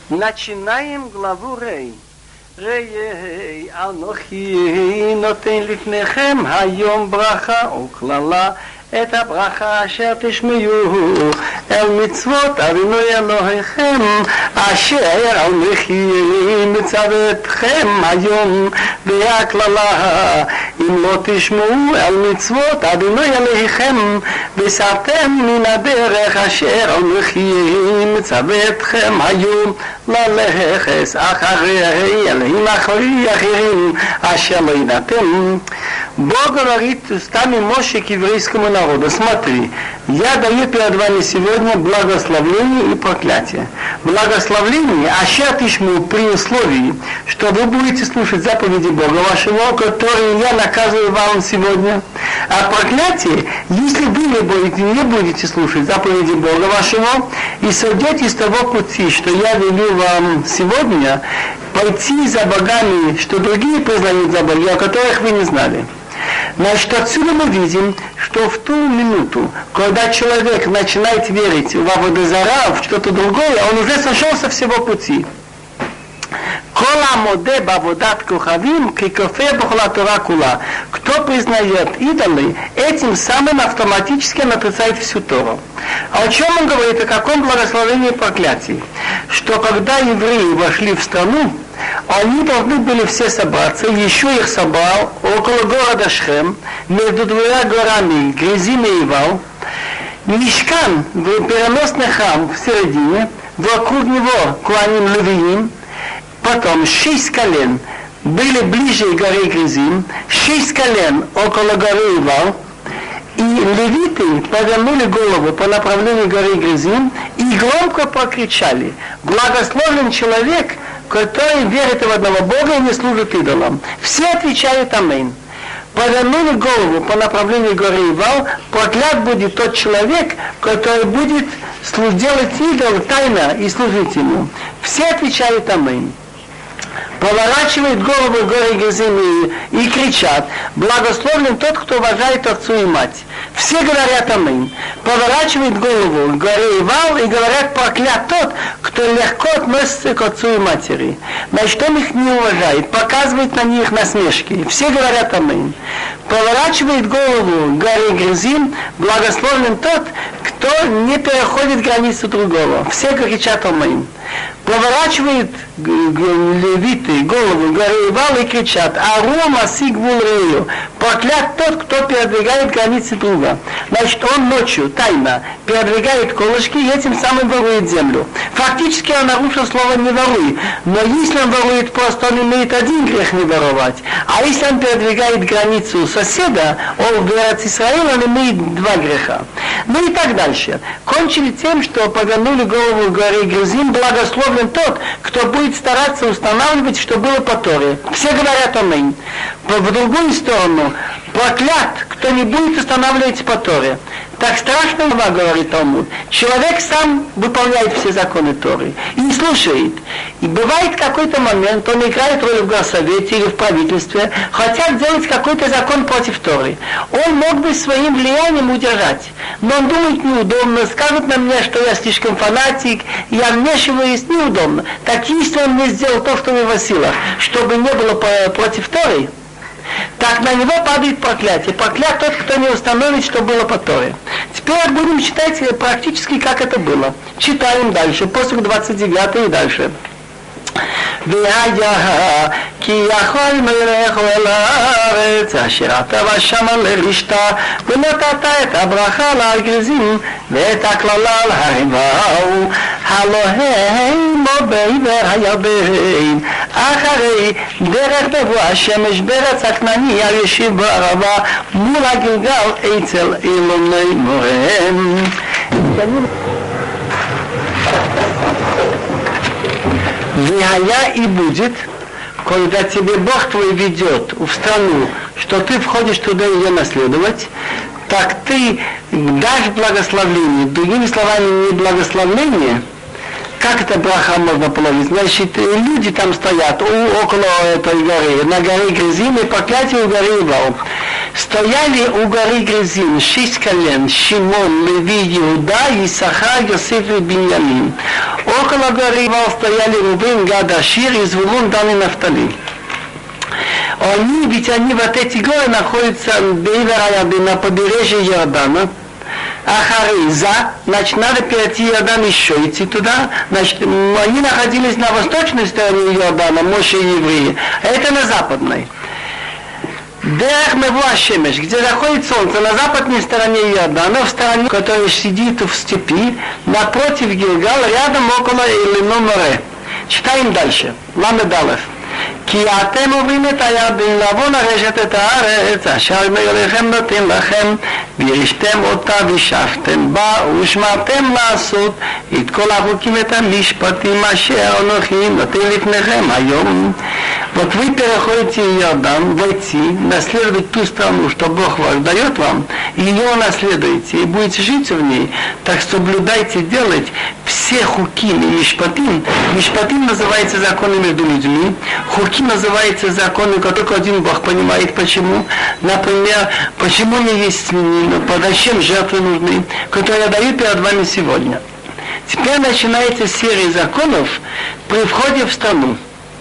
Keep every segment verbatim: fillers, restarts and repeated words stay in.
Начинаем главу Рей. Рей, анохи, нотен лифнехем, хайом браха уклала. Это браха אשר תשמעו אל מצוות אבינו אלוהיכם אשר אנוכי מצווה אתכם היום והקללה אם לא תשמעו אל מצוות אבינו אלוהיכם וסרתם מן הדרך אשר אנוכי מצווה אתכם היום ללכת אחרי אלוהים אחרים אשר לא ידעתם. Бог говорит устами Моше к еврейскому народу: смотри, я даю перед вами сегодня благословление и проклятие. Благословление, ашер тишму, при условии, что вы будете слушать заповеди Бога вашего, которые я наказываю вам сегодня. А проклятие, если вы не будете, не будете слушать заповеди Бога вашего и сойдете с того пути, что я велю вам сегодня, пойти за богами, что другие признают за боги, о которых вы не знали. Значит, отсюда мы видим, что в ту минуту, когда человек начинает верить в Аводозара, в что-то другое, он уже сошел со всего пути. Кто признает идолы, этим самым автоматически он отрицает всю Тору. А о чем он говорит, о каком благословении и проклятии? Что когда евреи вошли в страну, они должны были все собраться, еще их собрал около города Шхем, между двумя горами Гризим и Ивал, Мишкан, переносный храм в середине, вокруг него Куаним Левиим, потом шесть колен были ближе к горе Гризим, шесть колен около горы Ивал, и левиты повернули голову по направлению горы Гризим и громко прокричали: благословен человек, который верит в одного Бога и не служит идолам. Все отвечают аминь. Повернули голову по направлению горы Ивал, проклят будет тот человек, который будет делать идол тайно и служить ему. Все отвечают аминь. Поворачивает голову к горе Гризим и, и кричат: благословлен тот, кто уважает отцу и мать. Все говорят аминь. Поворачивает голову к горе Ивал и говорят: проклят тот, кто легко относится к отцу и матери. Значит, он их не уважает, показывает на них насмешки. Все говорят аминь. Поворачивает голову к горе Гризим: благословлен тот, кто не переходит границу другого. Все кричат аминь. Поворачивает левиты голову горы Ивал и кричат: Арума сигвул рею, проклят тот, кто передвигает границы друга. Значит, он ночью тайно передвигает колышки и этим самым ворует землю. Фактически он нарушил слово «не воруй», но если он ворует просто, он имеет один грех не воровать. А если он передвигает границу соседа, он в Израиле, он имеет два греха. Ну и так дальше. Кончили тем, что повернули голову горы Гризим: благословлен тот, кто будет стараться устанавливать, что было по Торе. Все говорят аминь. В другую сторону: проклят, кто не будет устанавливать по Торе. Так страшно, говорит Талмуд. Человек сам выполняет все законы Торы и не слушает. И бывает какой-то момент, он играет роль в горсовете или в правительстве, хотят делать какой-то закон против Торы. Он мог бы своим влиянием удержать, но он думает: неудобно, скажут на меня, что я слишком фанатик, я вмешиваюсь, неудобно. Так если он не сделал то, что в его силах, чтобы не было против Торы, так на него падает проклятие. Проклят тот, кто не установит, что было по Торе. Теперь будем читать практически, как это было. Читаем дальше, посох двадцать девятый и дальше. והיה כי יכול מלך אל הארץ אשר אתה ושמה לרשתה ונתת את הברכה להר גריזים ואת הקללה להר עיבל הלא הם או בעבר הירדן אחרי דרך בבוא השמש בארץ הכנעני הישיב בערבה מול הגלגל אצל אלוני מורם. Вихая и будет, когда тебе Бог твой ведет в страну, что ты входишь туда ее наследовать, так ты дашь благословление. Другими словами, не благословление, как это браха можно положить? Значит, люди там стоят у, около этой горы, на горе Гризим, и проклятие у горы Ивал. Стояли у горы Гризим шесть колен: Шимон, Леви, Иуда, Исахар, Йосеф и Биньямин. Около горы Ивал стояли Рувен, Гад, Ашир и Звулун, Дан и Нафтали. Они, ведь они, вот эти горы находятся на побережье Иордана. Ахариза, значит, надо перейти Иордан еще идти туда. Значит, они находились на восточной стороне Иордана, Моше и евреи. А это на западной. Деах Мевуа Шемеш, где заходит солнце, на западной стороне Иордана, в стороне, которая сидит в степи, напротив Гилгала, рядом около Элино море. Читаем дальше. Ламед Алеф. כי אתם עוברים את הירדן לבוא לרשת את הארץ אשר אלוהיכם נותן לכם וירשתם אותה ושבתם בה ושמרתם לעשות את כל החוקים ואת המשפטים אשר אנוכי נותן לפניכם היום. Вот вы переходите Иордан, войти, наследовать ту страну, что Бог вас дает вам, и ее наследуете, и будете жить в ней, так соблюдайте делать все хуким и мишпатим. Мишпатим называется законы между людьми, хуким называется законы, которые только один Бог понимает, почему. Например, почему не есть свинина, зачем жертвы нужны, которые я даю перед вами сегодня. Теперь начинается серия законов при входе в страну.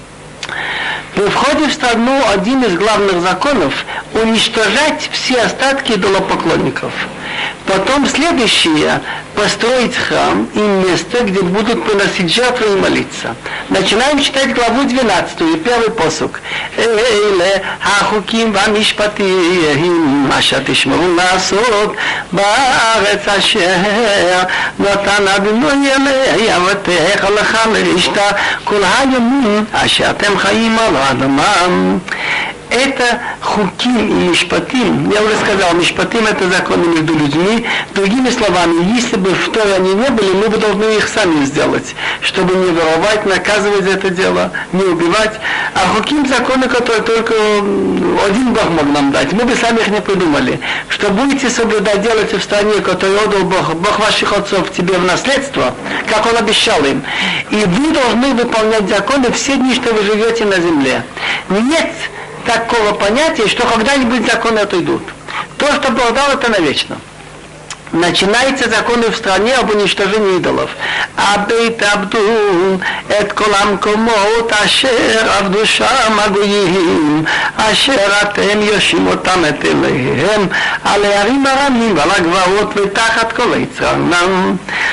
При входе в страну один из главных законов – уничтожать все остатки идолопоклонников. Потом следующее – построить храм и место, где будут приносить жертвы и молиться. Начинаем читать главу двенадцатую, первый посук. Эле хахуким вамишпатим аша тишмору ласот баарец ашер нотан адонai элей авотеcha lecha леришта кол hayomim אשר אתם חיים על האדמה. Это хуким и мишпатим. Я уже сказал, мишпатим это законы между людьми. Другими словами, если бы в Торе они не были, мы бы должны их сами сделать, чтобы не воровать, наказывать за это дело, не убивать. А хуким законы, которые только один Бог мог нам дать, мы бы сами их не придумали. Что будете соблюдать, делать в стране, которую отдал Бог, Бог ваших отцов тебе в наследство, как Он обещал им. И вы должны выполнять законы все дни, что вы живете на земле. Нет такого понятия, что когда-нибудь законы отойдут. То, что Бог дал, это навечно. Начинаются законы в стране об уничтожении идолов. Абейт абдун эт колам комот ашер авдушам агуим ашер атем йошим отам эт элеhem על הערים הרמים ועל הגבעות ותחת כל יצרנם.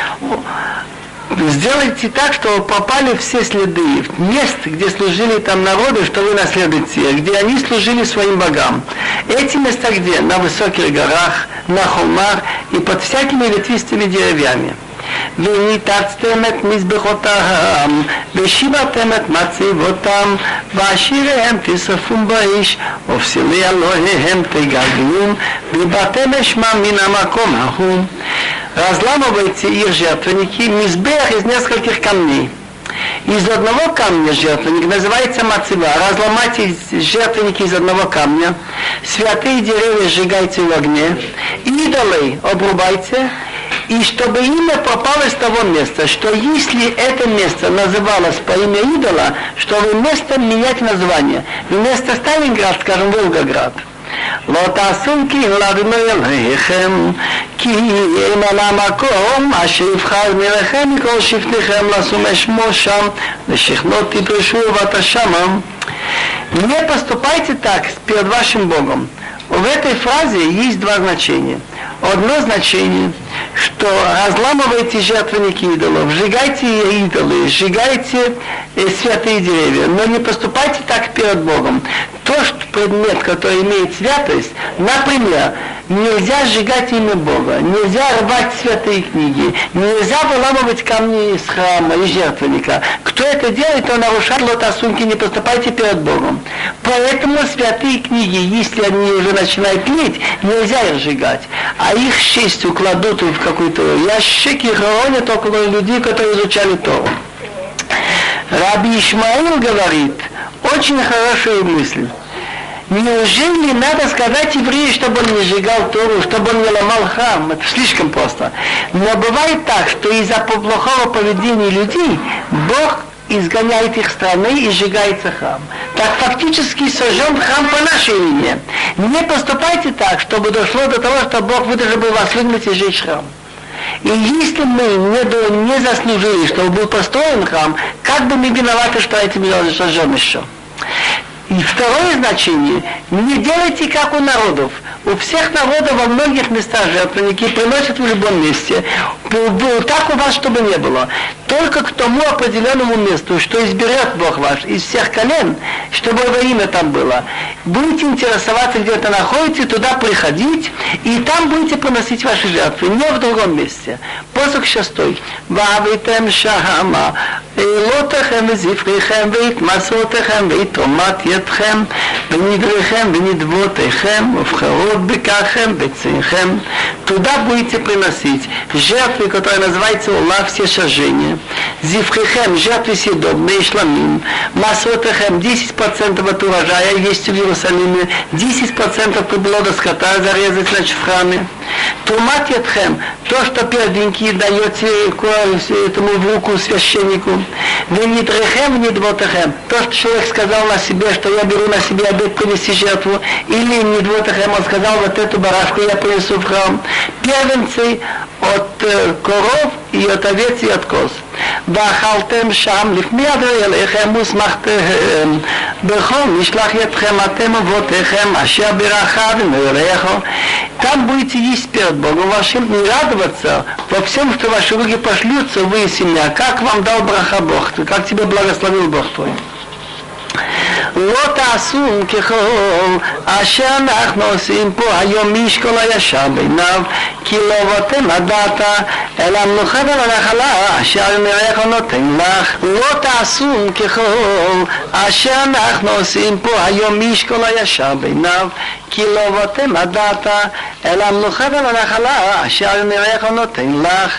Сделайте так, чтобы попали все следы в мест, где служили там народы, что вы наследуете, где они служили своим богам. Эти места где? На высоких горах, на холмах и под всякими ветвистыми деревьями. וניתצתם את מזבחותם, ושיברתם את מצבות,ם, ועשיריהם תשרפום באש, ופסילי אלוהיהם תגלגלום, ודיברתם אשמם מן המקום ההוא. Разламывайте их жертвенники, мизбех из нескольких камней. Из одного камня жертвенник называется мацива. Разломайте жертвенники из одного камня. Святые деревья сжигайте в огне. Идолы обрубайте. И чтобы имя пропало с того места, что если это место называлось по имя идола, чтобы место менять название. Вместо Сталинград, скажем, Волгоград. לא תעשו כי לאדוני אלוהיכם כי אין על המקום אשר יבחר מלכם מכל שבטיכם לשום אשמו שם לשכנות תדרשו ותשמם. Не поступайте так перед вашим Богом. В этой фразе есть два значения. Одно значение, что разламывайте жертвенники идолов, сжигайте идолы, сжигайте э, святые деревья, но не поступайте так перед Богом. То, что предмет, который имеет святость, например, нельзя сжигать имя Бога, нельзя рвать святые книги, нельзя выламывать камни из храма и жертвенника. Кто это делает, то нарушает лотосунки, не поступайте перед Богом. Поэтому святые книги, если они уже начинают тлеть, нельзя их сжигать. А их честью кладут в какой-то ящик и хоронят около людей, которые изучали Тору. Раби Ишмаил говорит, очень хорошая мысль. Неужели надо сказать еврею, чтобы он не сжигал Тору, чтобы он не ломал храм? Это слишком просто. Но бывает так, что из-за плохого поведения людей Бог изгоняет их страны и сжигается храм. Так фактически сожжен храм по нашей вине. Не поступайте так, чтобы дошло до того, что Бог вынужден был вас выгнать и сжечь храм. И если мы не, до, не заслужили, чтобы был построен храм, как бы мы виноваты, что этим сожжем еще. И второе значение, не делайте как у народов. У всех народов во многих местах жертвенники приносят в любом месте. Так у вас, чтобы не было. Только к тому определенному месту, что изберет Бог ваш из всех колен, чтобы его имя там было. Будете интересоваться, где это находится, туда приходить, и там будете приносить ваши жертвы, не в другом месте. Посох шестой. Вавитем шахама, элотехем везифрихем, веитмасотехем, веитомат ידכם, ונדריכם ונדבותיכם, ובחרות בככם, בצריכם. Туда будете приносить жертвы, которые называются улав все сожжения, зивхихем, жертвы съедобные, шламим, масотехем, десять процентов от урожая есть в Иерусалиме, десять процентов приблода скота зарезать, значит, в храме. Трумат ядхем, то, что первенькие даете этому в руку священнику. Венидрехем, венидвотехем, то, что человек сказал на себе, что я беру на себя обет принести жертву, или нидвотехем, он сказал, вот эту барашку я принесу в храм. Первенцы от э, коров и от овец и от коз. ואכלתם שם לפני אדוני אליכם ושמחתם בכל משלח ידכם אתם אבותיכם אשר ברכה ונויריכו. Там будете есть перед Богом вашим и радоваться во всем, что ваши руки пошлются, вы и семья. Как вам дал браха Бог, как тебя благословил Бог твой. לא תעשו ככל אשר אנחנו עושים פה היום איש כל הישר בעיניו כי לא אבותם הדעת אלא המלוכה והנחלה אשר נראיך נותן לך. לא תעשו ככל אשר אנחנו עושים פה היום איש כל הישר בעיניו כי לא אבותם הדעת אלא המלוכה והנחלה אשר נראיך נותן לך.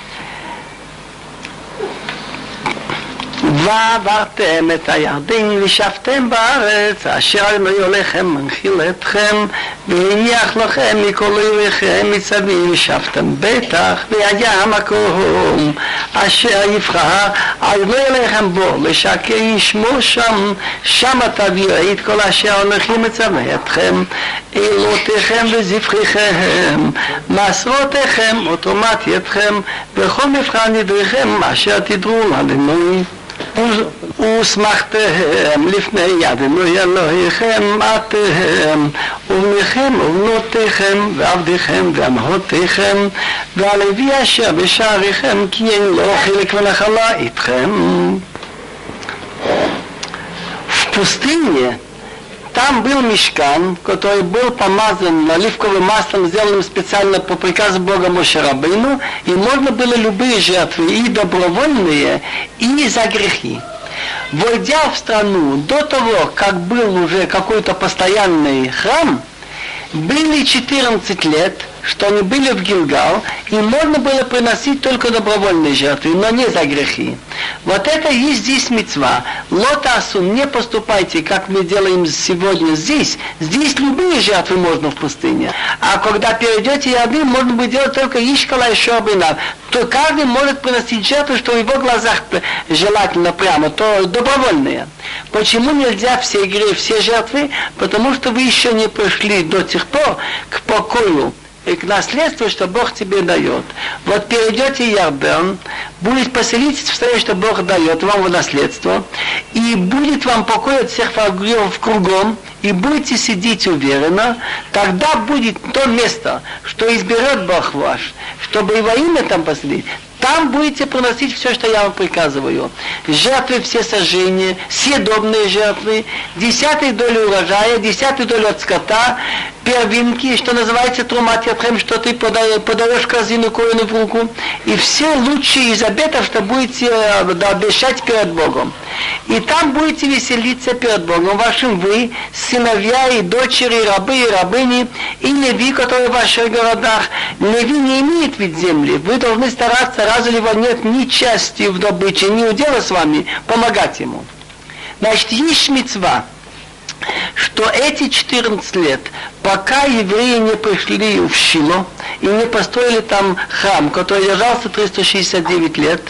ועברתם את הירדן ושבתם בארץ אשר אדוני אלוהיכם מנחיל אתכם והניח לכם מכל אויביכם מצבים ושבתם בטח והיה המקום אשר יבחר אדוני אלוהיכם בו לשכן שמו שם שם תביאו את כל אשר אנוכי מצווה אתכם אלותיכם וזבחיכם מסרותיכם ותרומת ידכם וכל מבחן נדריכם אשר תדרו לאדוני. ושמחתם לפני אדוני אלוהיכם אתם ובניכם ובנותיכם ועבדיכם ואמהותיכם והלוי אשר בשעריכם כי אין לו חלק ונחלה איתכם. В пустыне там был мишкан, который был помазан оливковым маслом, сделанным специально по приказу Бога Моше Рабейну, и можно было любые жертвы, и добровольные, и за грехи. Войдя в страну, до того, как был уже какой-то постоянный храм, были четырнадцать лет, что они были в Гилгал, и можно было приносить только добровольные жертвы, но не за грехи. Вот это и есть здесь мицва. Лотасу, не поступайте, как мы делаем сегодня здесь. Здесь любые жертвы можно в пустыне. А когда перейдете Ярден, можно будет делать только ишкала и шорбина. То каждый может приносить жертву, что в его глазах желательно прямо, то добровольные. Почему нельзя все игры, все жертвы? Потому что вы еще не пришли до тех пор к покою и к наследству, что Бог тебе дает. Вот перейдете Ярден, будет поселиться в стране, что Бог дает вам в наследство, и будет вам покой от всех врагов кругом, и будете сидеть уверенно, тогда будет то место, что изберет Бог ваш, чтобы его имя там поселить. Там будете приносить все, что я вам приказываю. Жертвы все сожжения, съедобные жертвы, десятую долю урожая, десятую долю от скота, первинки, что называется трумат ядхем, что ты подаешь, подаешь корзину коину в руку, и все лучшие из обетов, что будете обещать перед Богом. И там будете веселиться перед Богом вашим вы, сыновья и дочери, рабы и рабыни, и леви, которые в ваших городах. Леви не имеет вид земли. Вы должны стараться, раз у него нет ни части в добыче, ни удела с вами, помогать ему. Значит, есть мицва, что эти четырнадцать лет, пока евреи не пришли в Шило и не построили там храм, который держался триста шестьдесят девять лет,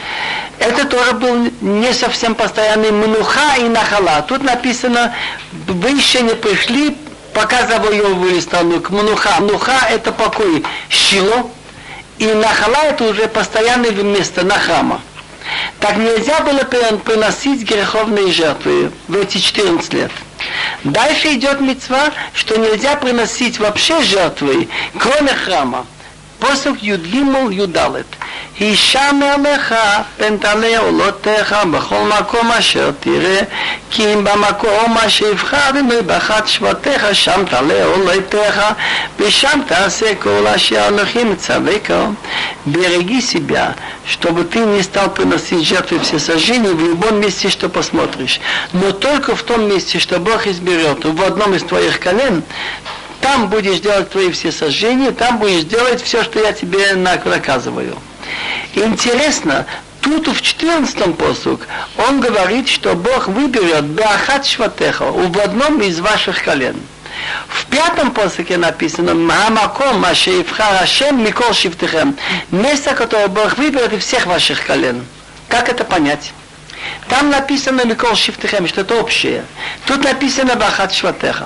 это тоже был не совсем постоянный мнуха и нахала. Тут написано, вы еще не пришли, пока завоевывали страну к мнуха. Мнуха это покой Шило, И нахала это уже постоянное место на храма. Так нельзя было приносить греховные жертвы в эти четырнадцать лет. Дальше идет мицва, что нельзя приносить вообще жертвы, кроме храма. פסוק י"ג י"ד הישמר לך פן תעלה עולותיך בכל מקום אשר תראה כי אם במקום אשר יבחר אדוני באחת שבטיך שם תעלה עולותיך ושם תעשה כל אשר אנוכי מצווך. Береги себя, чтобы ты не стал приносить жертвы всесожжения в любом месте, что посмотришь, но только в том месте, что Бог изберет, в одном из твоих колен. Там будешь делать твои все сожжения, там будешь делать все, что я тебе наказываю. Интересно, тут в четырнадцатом посук он говорит, что Бог выберет беахат шватеха в одном из ваших колен. В пятом посуке написано «Маамаком машеевхар Ашем микол шивтехем» место, которое Бог выберет из всех ваших колен. Как это понять? Там написано «Микол шивтехем», что это общее. Тут написано «Беахат шватеха».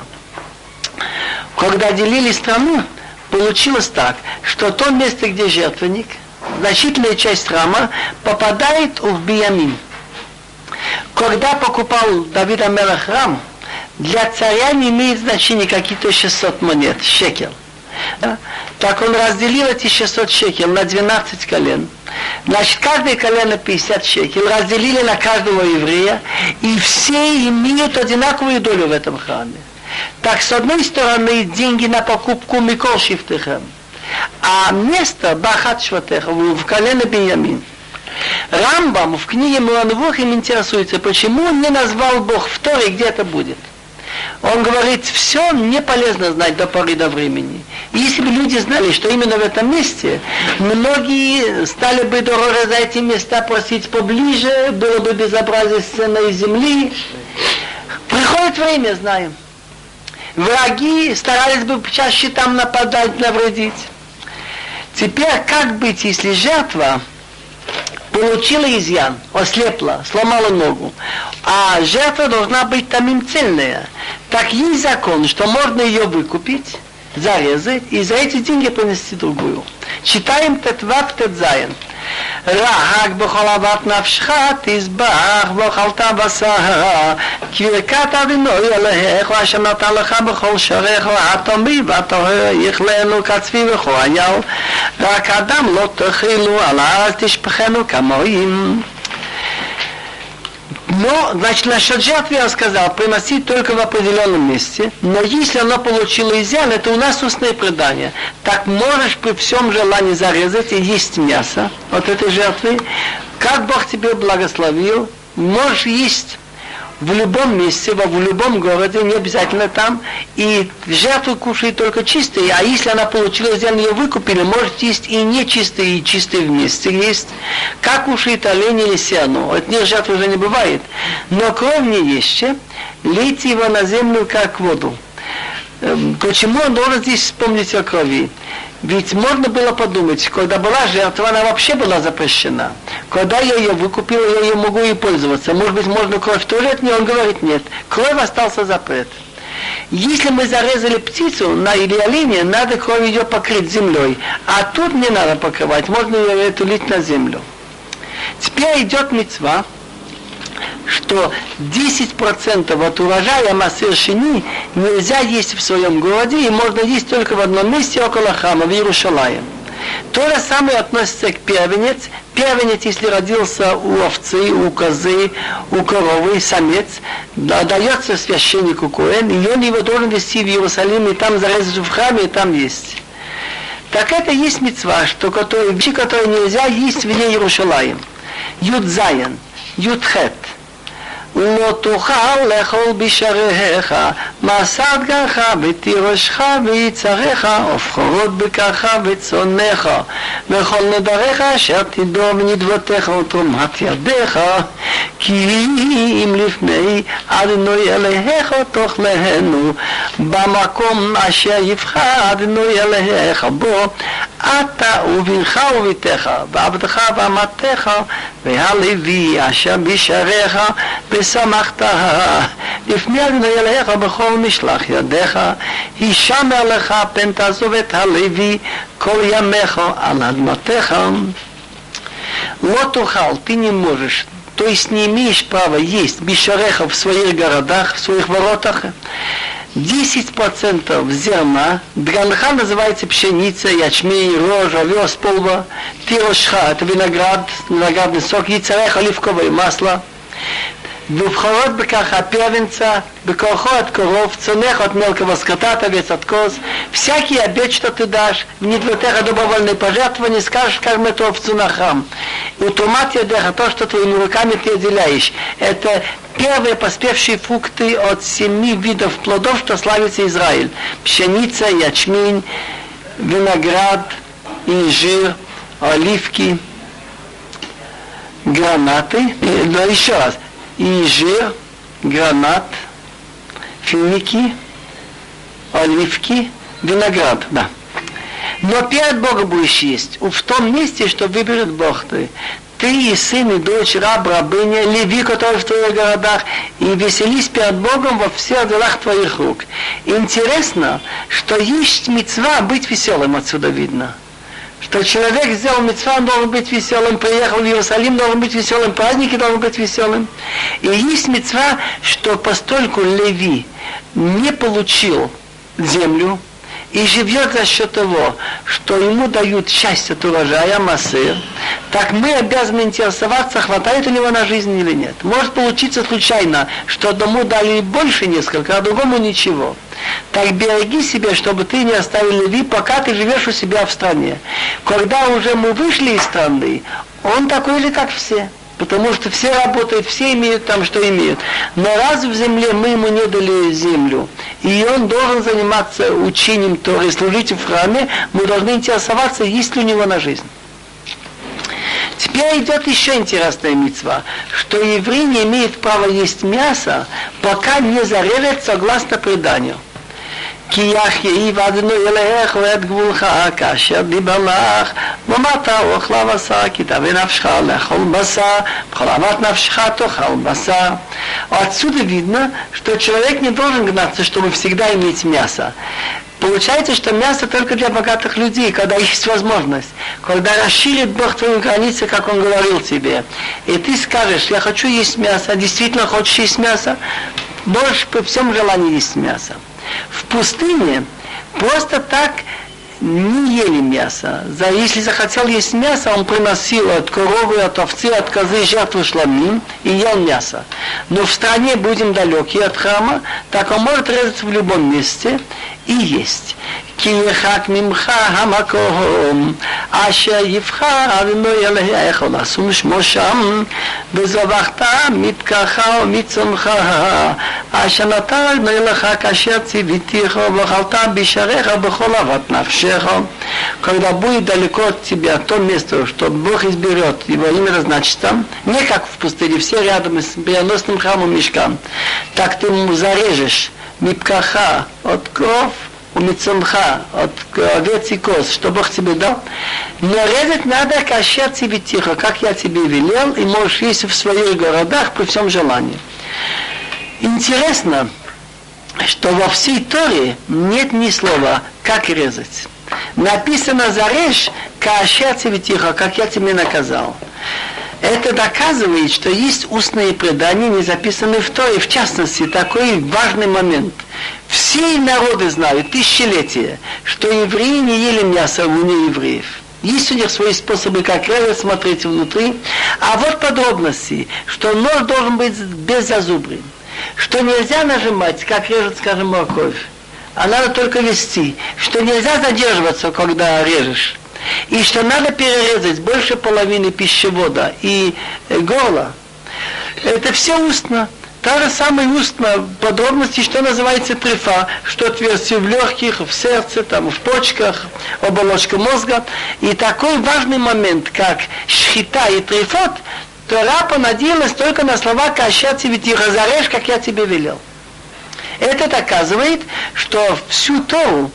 Когда делили страну, получилось так, что то место, где жертвенник, значительная часть храма, попадает в Биньямин. Когда покупал Давид а-Мелех храм, для царя не имеет значения какие-то шестьсот монет, шекел. Да? Так он разделил эти шестьсот шекел на двенадцать колен. Значит, каждое колено пятьдесят шекел, разделили на каждого еврея, и все имеют одинаковую долю в этом храме. Так, с одной стороны, деньги на покупку Микол Шифтехем, а место Бахат Шватеха в колене Биньямин. Рамбам в книге Муанвухим интересуется, почему он не назвал Бог в Торе, где это будет. Он говорит, все не полезно знать до поры до времени. И если бы люди знали, что именно в этом месте, многие стали бы дороже за эти места просить поближе, было бы безобразие сцены из земли. Приходит время, знаем. Враги старались бы чаще там нападать, навредить. Теперь как быть, если жертва получила изъян, ослепла, сломала ногу, а жертва должна быть там им цельная? Так есть закон, что можно ее выкупить, зарезать и за эти деньги принести другую. Читаем Тетвав Тетзаин. רק בכל אהבת נפשך תזבח ואכלת בשר כי ברכת אדוני אלוהיך ואשר נתן לך בכל שעריך והתומי והטהור יכלנו כצבי וכוהיל רק אדם לא תאכילו על הארץ תשפכנו כמוהם. Но, значит, насчет жертвы я сказал, приносить только в определенном месте, но если оно получило изъян, это у нас устное предание. Так можешь при всем желании зарезать и есть мясо от этой жертвы, как Бог тебе благословил, можешь есть в любом месте, в любом городе, не обязательно там, и жертву кушает только чистые, а если она получила изъян, ее выкупили, может есть и нечистые, и чистые вместе есть, как кушает олень или сено, от них жертвы уже не бывает, но кровь не есть, лейте его на землю как воду. Почему он должен здесь вспомнить о крови? Ведь можно было подумать, когда была жертва, она вообще была запрещена. Когда я ее выкупил, я ее могу и пользоваться. Может быть, можно кровь тоже от нее? Он говорит, нет. Кровь остался запрет. Если мы зарезали птицу на, или оленя, надо кровь ее покрыть землей. А тут не надо покрывать, можно ее эту лить на землю. Теперь идет мицва, что десять процентов от урожая Маасер Шени нельзя есть в своем городе, и можно есть только в одном месте около храма, в Иерусалиме. То же самое относится к первенец. Первенец, если родился у овцы, у козы, у коровы, самец, дается священнику Коэн, и он его должен вести в Иерусалим, и там зарезать в храме, и там есть. Так это есть мицва, что которые, вещи, которые нельзя есть вне Иерусалима. Юдзаен, Юдхет. לא תוכל לאכול בשעריך, מעשת גרך ותירשך ויצריך, ובכורות בקרך וצונך, וכל נדריך אשר תדור ונדבותיך ותרומת ידיך, כי אם לפני אדוני אלוהיך תאכלנו, במקום אשר יבחר אדוני אלוהיך בו, אתה ובנך וביתך, ועבדך ואמתך, והלוי אשר בשעריך, ושמחת. לפני אדוני אלוהיך בכל משלח ידיך, הישמר לך פן תעזוב את הלוי כל ימיך על אדמתך. לא תאכל, ты не можешь, то есть не имеешь права есть бишареха в своих городах, в своих воротах. десять процентов зерна, дганха называется пшеница, ячмень, рожь, овес, полба, пирошха, это виноград, виноградный сок, яйцерех, оливковое масло. ובכורות בכך первенца, בכוחו от коров, ценех от мелкого скота, от овец, от коз, всякий обед, что ты дашь, в недвертеха добровольные пожертвования, скажешь, как мы то овцу на храм. И утумат ядеха, то, что твоими руками ты отделяешь, это первые поспевшие фрукты от семи видов плодов, что славится Израиль. Пшеница, ячмень, виноград, инжир, оливки, гранаты. Но еще раз. Инжир, гранат, финики, оливки, виноград, да. Но перед Богом будешь есть. В том месте, что выберет Бог ты. Ты и сын, и дочь, раб, рабыня, леви, который в твоих городах, и веселись перед Богом во всех делах твоих рук. Интересно, что есть мицва быть веселым, отсюда видно. Что человек сделал мицва, он должен быть веселым, приехал в Иерусалим, должен быть веселым, праздники должен быть веселым. И есть мицва, что постольку Леви не получил землю и живет за счет того, что ему дают часть от урожая, массыр, так мы обязаны интересоваться, хватает у него на жизнь или нет. Может получиться случайно, что одному дали больше несколько, а другому ничего. Так береги себя, чтобы ты не оставил Леви, пока ты живешь у себя в стране. Когда уже мы вышли из страны, он такой же, как все. Потому что все работают, все имеют там, что имеют. Но раз в земле мы ему не дали землю, и он должен заниматься учением Торы, служить в храме, мы должны интересоваться, есть ли у него на жизнь. Теперь идет еще интересная мицва, что еврей не имеет права есть мясо, пока не зарежет согласно преданию. כי יחייב אדוני אלוהיך ואת גבולך כאשר דיבר לך ואמרת אוכלה בשר כי תאווה נפשך לאכול בשר בכל אהבת נפשך תאכל בשר. Отсюда видно, что человек не должен гнаться, чтобы всегда иметь мясо. Получается, что мясо только для богатых людей, когда есть возможность. Когда расширит Бог твои границы, как Он говорил тебе, и ты скажешь, я хочу есть мясо, действительно хочешь есть мясо, можешь при всем желании есть мясо. В пустыне просто так не ели мясо. За, если захотел есть мясо, он приносил от коровы, от овцы, от козы жертву шламим и ел мясо. Но в стране, будем далеки от храма, так он может резать в любом месте и есть. כי ירחק ממך המקום אשר יבחר אדוני אלוהיך לשום שמו שם וזבחת מבקרך ומצונך אשר נתן אדוני לך כאשר ציוויתיך ואכלת בשעריך בכל אהבת нafшех. Когда будет далеко от тебя то место, что Бог изберет его имя назначит там, не как в пустыне, все рядом с переносным храмом мешкам, так ты ему зарежешь мипкаха от кров у мицонха, от овец и коз, что Бог тебе дал, но резать надо кашер тебе тихо, как я тебе велел, и можешь есть в своих городах при всем желании. Интересно, что во всей Торе нет ни слова, как резать. Написано зарежь кашер тебе тихо, как я тебе наказал. Это доказывает, что есть устные предания, не записанные в Торе. В частности, такой важный момент. Все народы знают, тысячелетия, что евреи не ели мясо у неевреев. Есть у них свои способы, как резать, смотреть внутри. А вот подробности, что нож должен быть без зазубрин, что нельзя нажимать, как режет, скажем, морковь, а надо только вести, что нельзя задерживаться, когда режешь. И что надо перерезать больше половины пищевода и горла. Это все устно. Та же самая устно подробности, что называется трифа, что отверстие в легких, в сердце, там, в почках, оболочка мозга. И такой важный момент, как шхита и трифот, Тора понадеялась только на слова «кашер тебе тихо, зарежь, как я тебе велел». Это доказывает, что всю Тору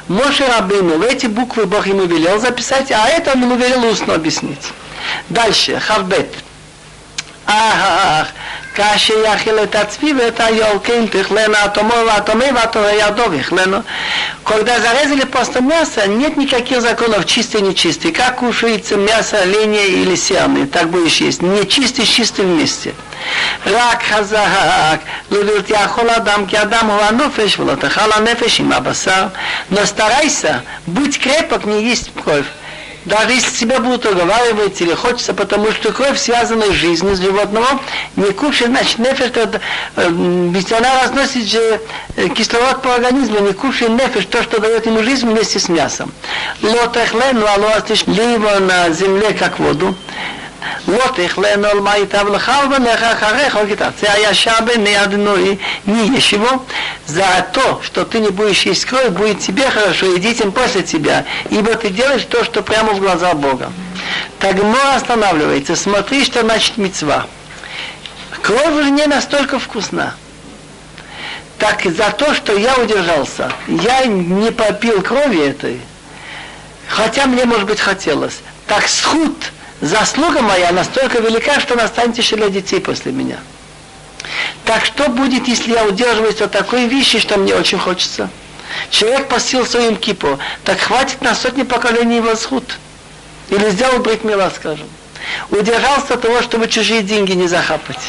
Моше Рабейну, эти буквы Бог ему велел записать, а это он ему велел устно объяснить. Дальше, Хавбет. Ах, каше яхил это цви, это елкин тихлена, атомов, атомей, атомей, ядов ихлена. Когда зарезали просто мясо, нет никаких законов чистый и нечистый. Как кушается мясо оленя или сианы, так будешь есть. Нечистый с чистым вместе. Рак хазак, ловил тебя холодам, ки адам хуанофеш, волотахала нефеш им абасар. Но старайся, будь крепок, не есть кровь. Даже если тебя будут уговаривать или хочется, потому что кровь связана с жизнью животного, не кушай, значит, нефеш, ведь она разносит же кислород по организму, не кушай нефеш, то, что дает ему жизнь вместе с мясом. Лотехлен, лалуастиш, либо на земле, как воду. Вот их ленол май тавлахал ванеха хареха гитация я шабе не одной не ешь его за то, что ты не будешь есть кровь, будет тебе хорошо и детям после тебя, ибо ты делаешь то, что прямо в глаза Бога. Тагмо останавливается, смотри, что значит мицва. Кровь же не настолько вкусна. Так за то, что я удержался, я не попил крови этой, хотя мне, может быть, хотелось. Так схуд, заслуга моя настолько велика, что настанет еще для детей после меня. Так что будет, если я удерживаюсь от такой вещи, что мне очень хочется? Человек посил своим кипу, так хватит на сотни поколений его схуд. Или сделал брит мила, скажем. Удержался от того, чтобы чужие деньги не захапать.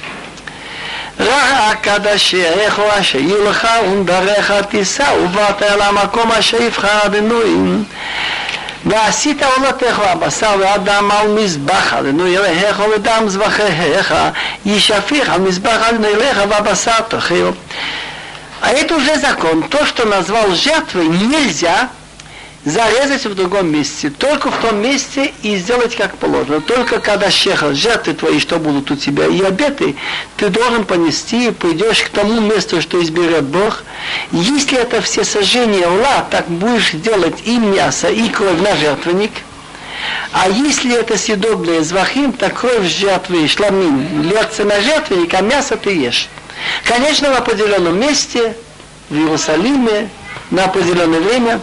ראה קדשך אשר ילך ונדרך תישא ובאת אל המקום אשר יבחר אדינוי ועשית עולתך הבשר והדם על מזבח אדינוי אלוהיך ודם זבחיך ישפיך על מזבח אדינוי אלוהיך והבשר תאכל. А это уже закон. То, что назвал жертвой, нельзя зарезать в другом месте. Только в том месте и сделать как положено. Только когда щеха, жертвы твои, что будут у тебя, и обеты, ты должен понести, и придешь к тому месту, что изберет Бог. Если это все сожжения ула, так будешь делать и мясо, и кровь на жертвенник. А если это съедобные звахим, так кровь жертвы, шламин, льется на жертвенник, а мясо ты ешь. Конечно, в определенном месте, в Иерусалиме, на определенное время.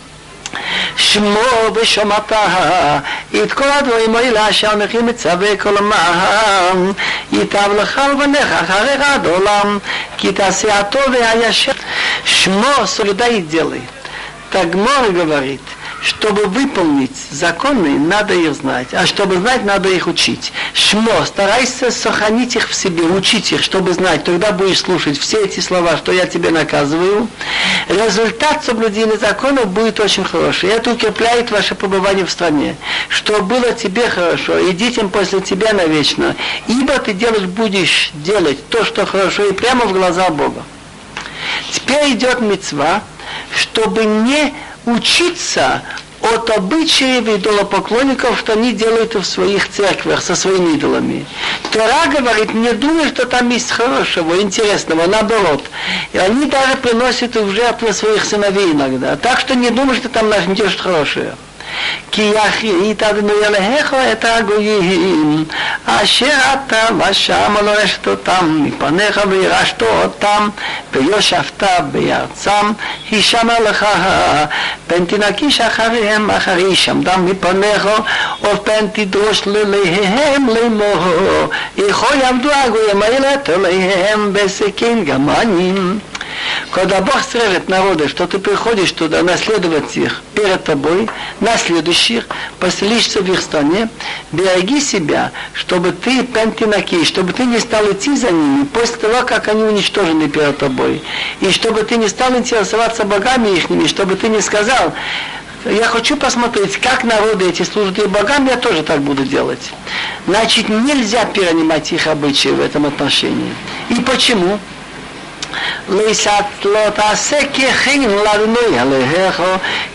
שמו ושומתה את כל הדברים האלה אשר אנכי מצווה כל עמם ייטב לך ובניך אחריך עד עולם כי תעשה הטוב והישר. שמו соблюдай делай. Так Гмара говорит, чтобы выполнить законы, надо их знать, а чтобы знать, надо их учить. Шмо, старайся сохранить их в себе, учить их, чтобы знать, тогда будешь слушать все эти слова, что я тебе наказываю. Результат соблюдения законов будет очень хороший. Это укрепляет ваше пребывание в стране, что было тебе хорошо и детям после тебя навечно, ибо ты делаешь, будешь делать то, что хорошо, и прямо в глаза Бога. Теперь идет мицва, чтобы не учиться от обычаев идолопоклонников, что они делают в своих церквях со своими идолами. Тора говорит, не думай, что там есть хорошего, интересного, наоборот. И они даже приносят в жертву своих сыновей иногда. Так что не думай, что там найдешь хорошее. כי יחית אדינוי אלוהיך את הגויים אשר אתה ושם לא רשת אותם מפניך וירשת אותם ויושבת בארצם הישמר לך פן תנקיש אחריהם אחר הישמדם מפניך ופן תדרוש לליהם לאמור איך יעבדו הגויים האלה את אלוהיהם בסכין גמנים. Когда Бог срежет народы, что ты приходишь туда наследовать их перед тобой, наследующих, поселишься в их стране, береги себя, чтобы ты, пентинакей, чтобы ты не стал идти за ними после того, как они уничтожены перед тобой. И чтобы ты не стал интересоваться богами ихними, чтобы ты не сказал, я хочу посмотреть, как народы эти служат и богам, я тоже так буду делать. Значит, нельзя перенимать их обычаи в этом отношении. И почему? לא תעשה ככין לאדינוי אלוהיך,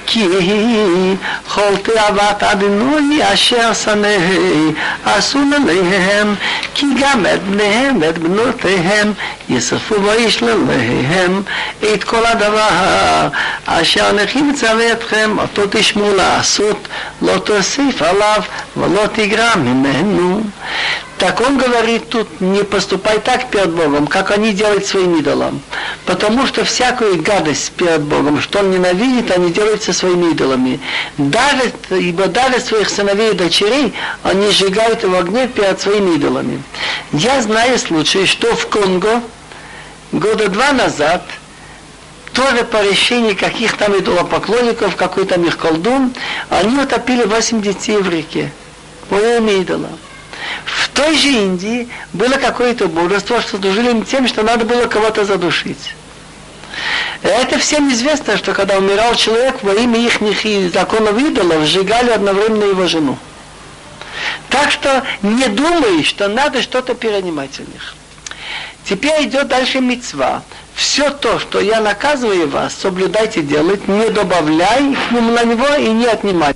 כי כל תאוות אדינוי אשר שנאי עשו עליהם, כי גם את בניהם ואת בנותיהם יספו וישללהם את כל הדבר אשר אנכי מצווה אתכם, אותו תשמעו לעשות, לא תוסיף עליו ולא תגרע ממנו. Так он говорит тут, не поступай так перед Богом, как они делают своим идолам. Потому что всякую гадость перед Богом, что он ненавидит, они делают со своими идолами. Даже, ибо даже своих сыновей и дочерей они сжигают в огне перед своими идолами. Я знаю случай, что в Конго года два назад, тоже по решению каких там идолопоклонников, какой там их колдун, они утопили восемь детей в реке. По имя идола. В той же Индии было какое-то божество, что служили тем, что надо было кого-то задушить. Это всем известно, что когда умирал человек, во имя их законов идолов сжигали одновременно его жену. Так что не думай, что надо что-то перенимать у них. Теперь идет дальше мицва. Все то, что я наказываю вас, соблюдайте делать, не добавляй на него и не отнимай.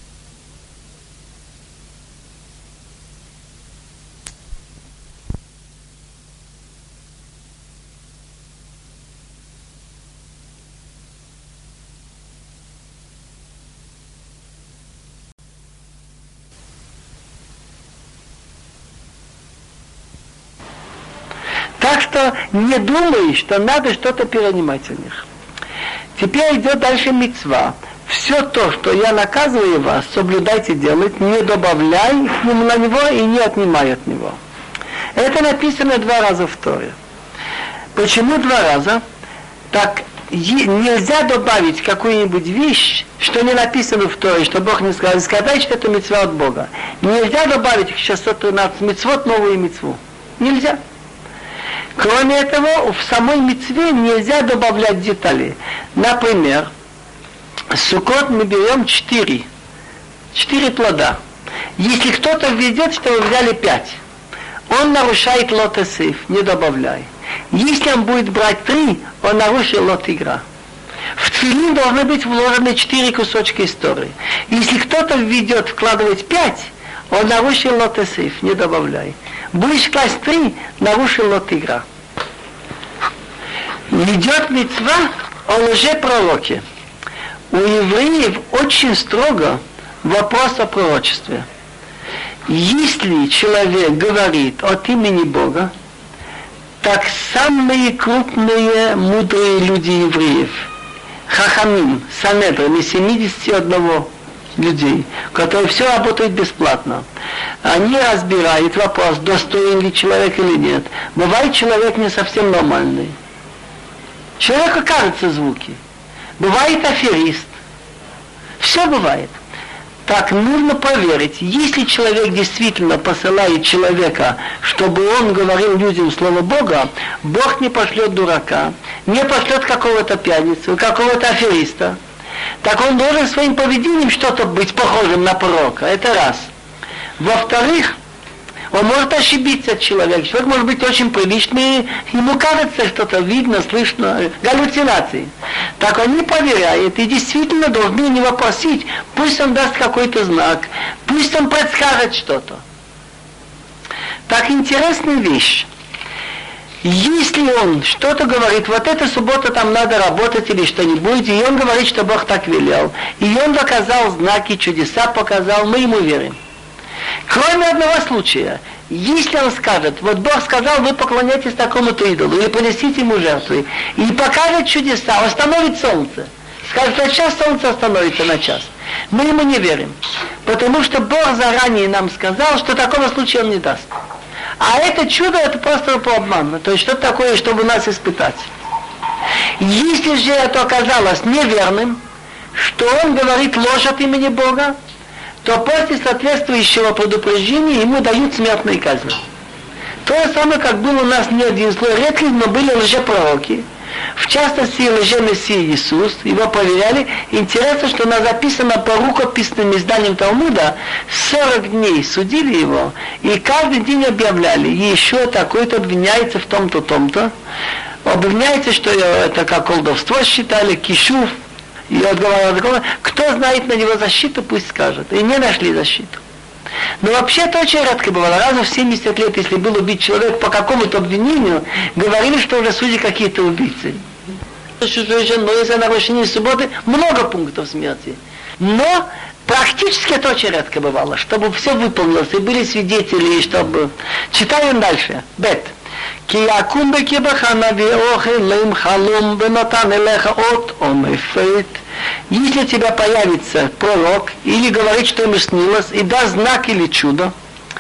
Так что не думай, что надо что-то перенимать у них. Теперь идет дальше мицва. Все то, что я наказываю вас, соблюдайте делать, не добавляй на него и не отнимай от него. Это написано два раза в Торе. Почему два раза? Так нельзя добавить какую-нибудь вещь, что не написано в Торе, что Бог не сказал, сказать, что это мицва от Бога. Нельзя добавить шестьсот тринадцать мицвот новую мицву. Нельзя. Кроме этого, в самой мицве нельзя добавлять детали. Например, суккот мы берем четыре. Четыре плода. Если кто-то введет, что вы взяли пять, он нарушает лот эсиф, не добавляй. Если он будет брать три, он нарушил лот игра. В тфилин должны быть вложены четыре кусочка истории. Если кто-то введет вкладывать пять, он нарушил лот эсиф, не добавляй. Будешь класть три, нарушил лот игра. Идет мицва о лжепророке. У евреев очень строго вопрос о пророчестве. Если человек говорит от имени Бога, так самые крупные мудрые люди евреев, Хахамим, Санедрин из семидесяти одного людей, которые все работают бесплатно, они разбирают вопрос, достоин ли человек или нет. Бывает человек не совсем нормальный. Человеку кажутся звуки. Бывает аферист. Все бывает. Так нужно проверить, если человек действительно посылает человека, чтобы он говорил людям слово Бога, Бог не пошлет дурака, не пошлет какого-то пьяницу, какого-то афериста. Так он должен своим поведением что-то быть похожим на пророка. Это раз. Во-вторых, он может ошибиться человек. Человек может быть очень приличный, ему кажется что-то видно, слышно, галлюцинации. Так он не проверяет и действительно должны у него просить, пусть он даст какой-то знак, пусть он предскажет что-то. Так интересная вещь. Если он что-то говорит, вот эта суббота там надо работать или что-нибудь, и он говорит, что Бог так велел, и он доказал знаки, чудеса показал, мы ему верим. Кроме одного случая, если он скажет, вот Бог сказал, вы поклоняетесь такому-то идолу, или принесите ему жертвы, и покажет чудеса, остановит солнце, скажет, на час солнце остановится на час, мы ему не верим, потому что Бог заранее нам сказал, что такого случая он не даст. А это чудо, это просто по обману, то есть что-то такое, чтобы нас испытать. Если же это оказалось неверным, что он говорит ложь от имени Бога, то после соответствующего предупреждения ему дают смертные казни. То же самое, как был у нас не один злой редкость, но были лжепророки. В частности, лже-мессия Иисус, его проверяли. Интересно, что у нас записано по рукописным изданиям Талмуда, сорок дней судили его, и каждый день объявляли, еще такой-то обвиняется в том-то, том-то. Обвиняется, что это как колдовство считали, кишув. и отговаривал другого, кто знает на него защиту, пусть скажет. И не нашли защиту. Но вообще это очень редко бывало. Раз в семьдесят лет, если был убит человек по какому-то обвинению, говорили, что уже судьи какие-то убийцы. Но из-за нарушения субботы много пунктов смерти. Но практически это очень редко бывало, чтобы все выполнилось, и были свидетели, и чтобы... Читаем дальше. Бет. כי יקום בקרבך נביא אוכל להם חלום ונתן אליך אות או מפת. Если у тебя появится пророк или говорит, что ему снилось, и даст знак или чудо,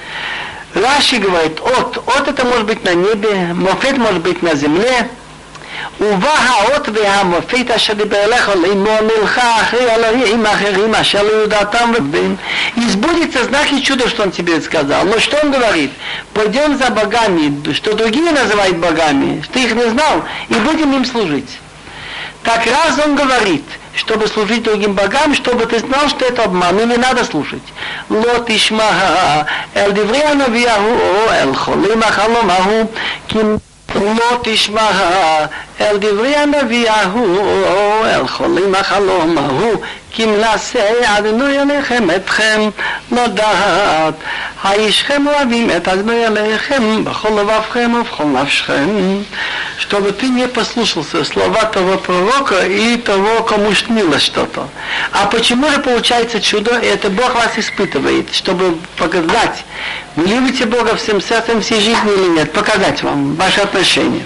Раши говорит, от, от это может быть на небе, мофет может быть на земле, ובא האות והמופת אשר דיבר אליך לאמור מלכה אחרי אלוהים אחרים אשר לא יודעתם ובן. И сбудется знак и чудо, что он тебе сказал. Но что он говорит? Пойдем за богами, что другие называют богами, что ты их не знал, и будем им служить. Так раз он говорит, чтобы служить другим богам, чтобы ты знал, что это обман, и не надо слушать. Лот ишма эль диврия навияху эль холим ахалом аху ким לא תשמע אל דברי הנביא ההוא, אל חולים החלום ההוא, כי מנסה אדוני אליכם אתכם לדעת. האישכם אוהבים את אדוני אליכם בכל לבבכם ובכל нafшхем. Чтобы ты не послушался слова того пророка и того, кому снилось что-то. А почему же получается чудо? Это Бог вас испытывает, чтобы показать, вы любите Бога всем сердцем, всей жизнью или нет, показать вам ваши отношения.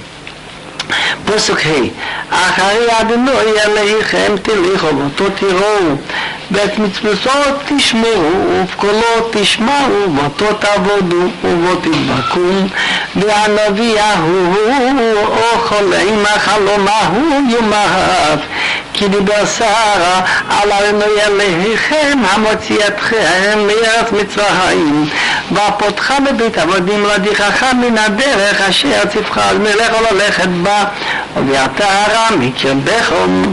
פסוק ה' אחרי אדוני אליכם תלכו ואותו תראו ואת מצוותיו תשמעו ובקולו תשמעו ואותו תעבודו ובו תדבקו והנביא ההוא או חולם החלום ההוא יאמר כי דיבר שרה על אדוני אליכם המוציא אתכם מארץ מצרים והפותך בבית עבדים להדיחך מן הדרך אשר ציווך על מלך ללכת בה ואתה הרע מקרבכם.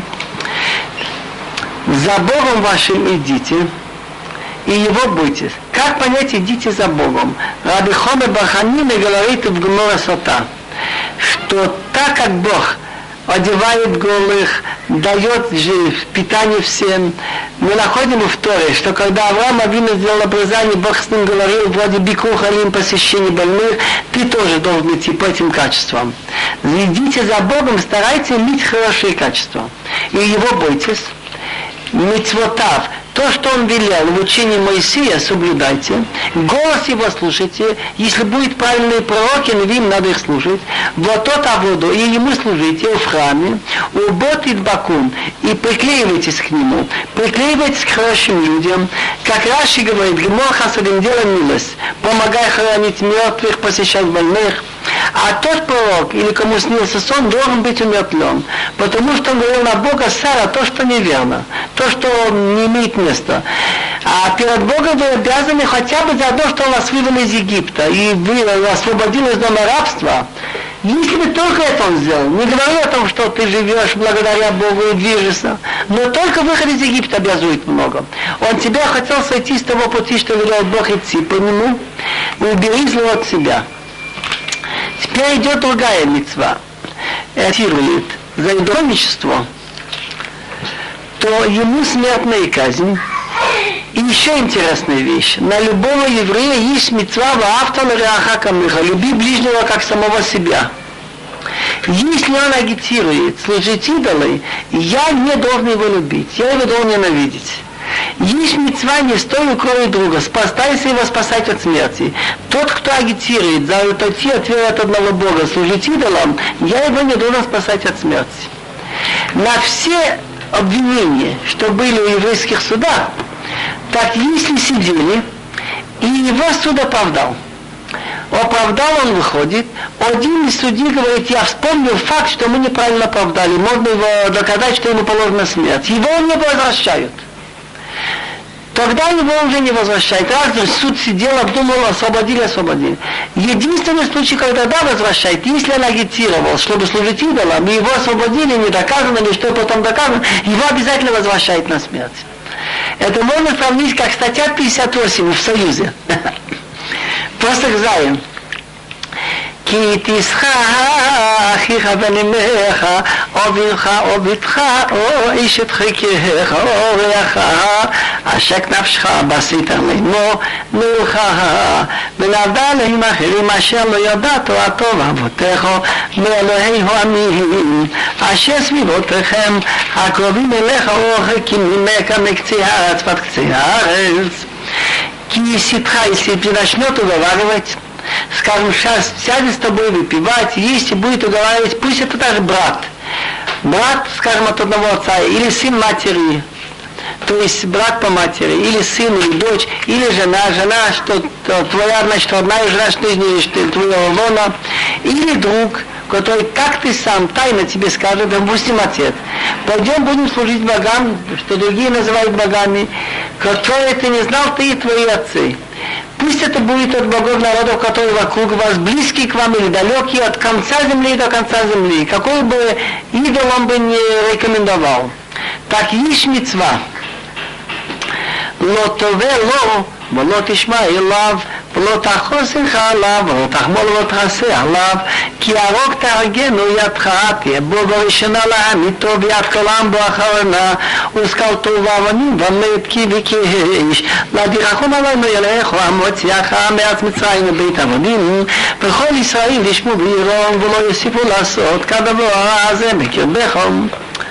За Богом вашим идите, и Его бойтесь. Как понять идите за Богом? Раби Хоме Баханина говорит в Гмора Сота, что так как Бог одевает голых, дает же питание всем. Мы находим в Торе, что когда Авраам Авину сделал обрезание, Бог с ним говорил, вроде бикур халим, посещение больных, ты тоже должен идти по этим качествам. Идите за Богом, старайтесь иметь хорошие качества. И Его бойтесь. Мицвотав, то, что он велел в учении Моисея, соблюдайте, голос его слушайте, если будет правильные пророки, но им надо их слушать, вот тот воду, и ему служите в храме, убот и бакун, и приклеивайтесь к нему, приклеивайтесь к хорошим людям, как Раши говорит, гмор хасадим, делай милость, помогай хоронить мертвых, посещать больных. А тот пророк, или кому снился сон, должен быть умертвлен. Потому что он говорил на Бога Сара то, что неверно, то, что не имеет места. А перед Богом вы обязаны хотя бы за то, что он вас вывел из Египта и вы освободил из дома рабства. Если бы только это он сделал, не говорю о том, что ты живешь благодаря Богу и движешься, но только выход из Египта обязует много. Он тебя хотел сойти с того пути, что велел Бог идти по нему, и убери зло от себя. Теперь идет другая мицва. Цитирует за идольничество, то ему смертная казнь. И еще интересная вещь. На любого еврея есть мицва ваавта лереаха камеха. Люби ближнего как самого себя. Если он агитирует служить идолой, я не должен его любить. Я его должен ненавидеть. Есть мицва не стой укрой друга, спасайся его спасать от смерти. Тот, кто агитирует за отойти от веры от одного Бога, служить идолам, я его не должен спасать от смерти. На все обвинения, что были в еврейских судах, так если сидели, и его суд оправдал. Оправдал он выходит, один из судей говорит, я вспомнил факт, что мы неправильно оправдали, можно его доказать, что ему положена смерть. Его не возвращают. Тогда его уже не возвращают. Раз суд сидел, обдумал, освободили, освободили. Единственный случай, когда да, возвращает, если он агитировал, чтобы служить идолам, и его освободили, не доказано, или что потом доказано, его обязательно возвращают на смерть. Это можно сравнить как статья пятьдесят восемь в Союзе. Просто к Заин. כי תשחה אחיך ונימך, או או בנך או בתך או אשת חיקך או רעך אשר נפשך בסתר לאמור נלך ונעבדה אלוהים אחרים אשר לא ידע תורתו ואבותיך מאלוהי העמים אשר סביבותיכם הקרובים אליך או רחוקים ממך מקצה הארץ ועד קצה הארץ. כי ситха, если начнет уговаривать, скажем, сейчас сядет с тобой выпивать, есть и будет уговаривать, пусть это даже брат. Брат, скажем, от одного отца, или сын матери, то есть брат по матери, или сын, или дочь, или жена, жена, что твоя, значит, родная жена, что из нее, что твоего лона, или друг, который, как ты сам, тайно тебе скажет, допустим, отец, пойдем будем служить богам, что другие называют богами, которые ты не знал, ты и твои отцы. Пусть это будет от богов народов, которые вокруг вас, близкие к вам или далекие, от конца земли до конца земли, какой бы идол он бы не рекомендовал. Так есть мицва. לא תובע לו ולא תשמע אליו ולא תחוס לך עליו ולא תחמול ולא תחסה עליו כי הרוק תהרגנו ידך תהיה בו בראשונה להמיתו ויד קולם בו אחרונה ושכלתו ואבנים ומת כי וכי האש להדיחכם עלינו ילך המוציאך מארץ מצרים מבית עבדים וכל ישראל ישמו ויראו ולא יוסיפו לעשות כדבר הזה בקרבכם.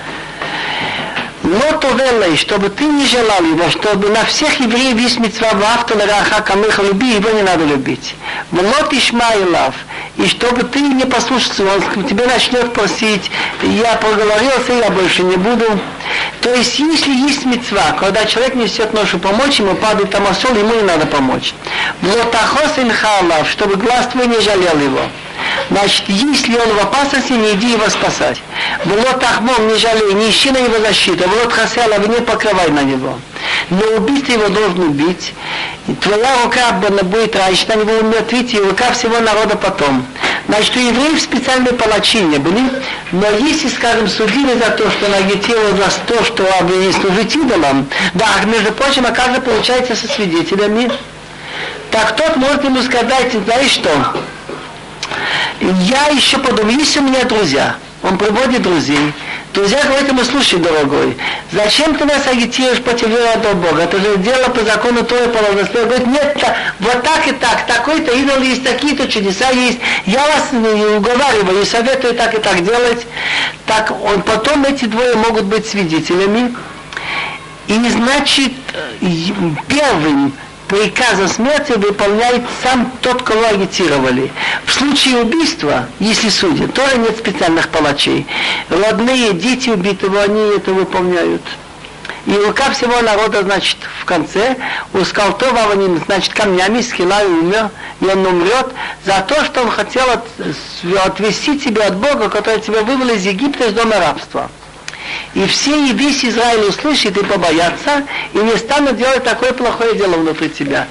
Но товеллай, чтобы ты не желал его, чтобы на всех евреев есть мицва вафта лараха камеха, люби, его не надо любить. Влот ишмайлав, и чтобы ты не послушался, он тебе начнет просить, я проговорился, я больше не буду. То есть, если есть мицва, когда человек несет ношу помочь, ему падает там осол, ему не надо помочь. Влот ахос инхалав, чтобы глаз твой не жалел его. Значит, если он в опасности, не иди его спасать. Влот ахмом не жалей, не ищи на его защиту. Влот хасяла, не покрывай на него. Но убийца его должен убить. И твоя рука будет раньше, на него умертвить, и рука всего народа потом. Значит, у евреев специальные палачи не были, но если, скажем, судили за то, что нагнетело за то, что не служить идолам, да, между прочим, а каждый получается со свидетелями, так тот может ему сказать, знаешь что, я еще подумаю, есть у меня друзья, он приводит друзей, друзья говорят ему, слушай, дорогой, зачем ты нас агитируешь против веры от Бога, это же дело по закону Торы, по возрасту. Говорит, нет, вот так и так, такой-то идол есть, такие-то чудеса есть, я вас уговариваю и советую так и так делать. Так он, потом эти двое могут быть свидетелями, и значит, первым приказа смерти выполняет сам тот, кого агитировали. В случае убийства, если судят, тоже нет специальных палачей. Родные, дети убитого, они это выполняют. И рука всего народа, значит, в конце, у Скалтова, значит, камнями Скилай умер, и он умрет за то, что он хотел от, отвести тебя от Бога, который тебя вывел из Египта, из дома рабства. И все, и весь Израиль услышит и побоятся, и не станут делать такое плохое дело внутри тебя.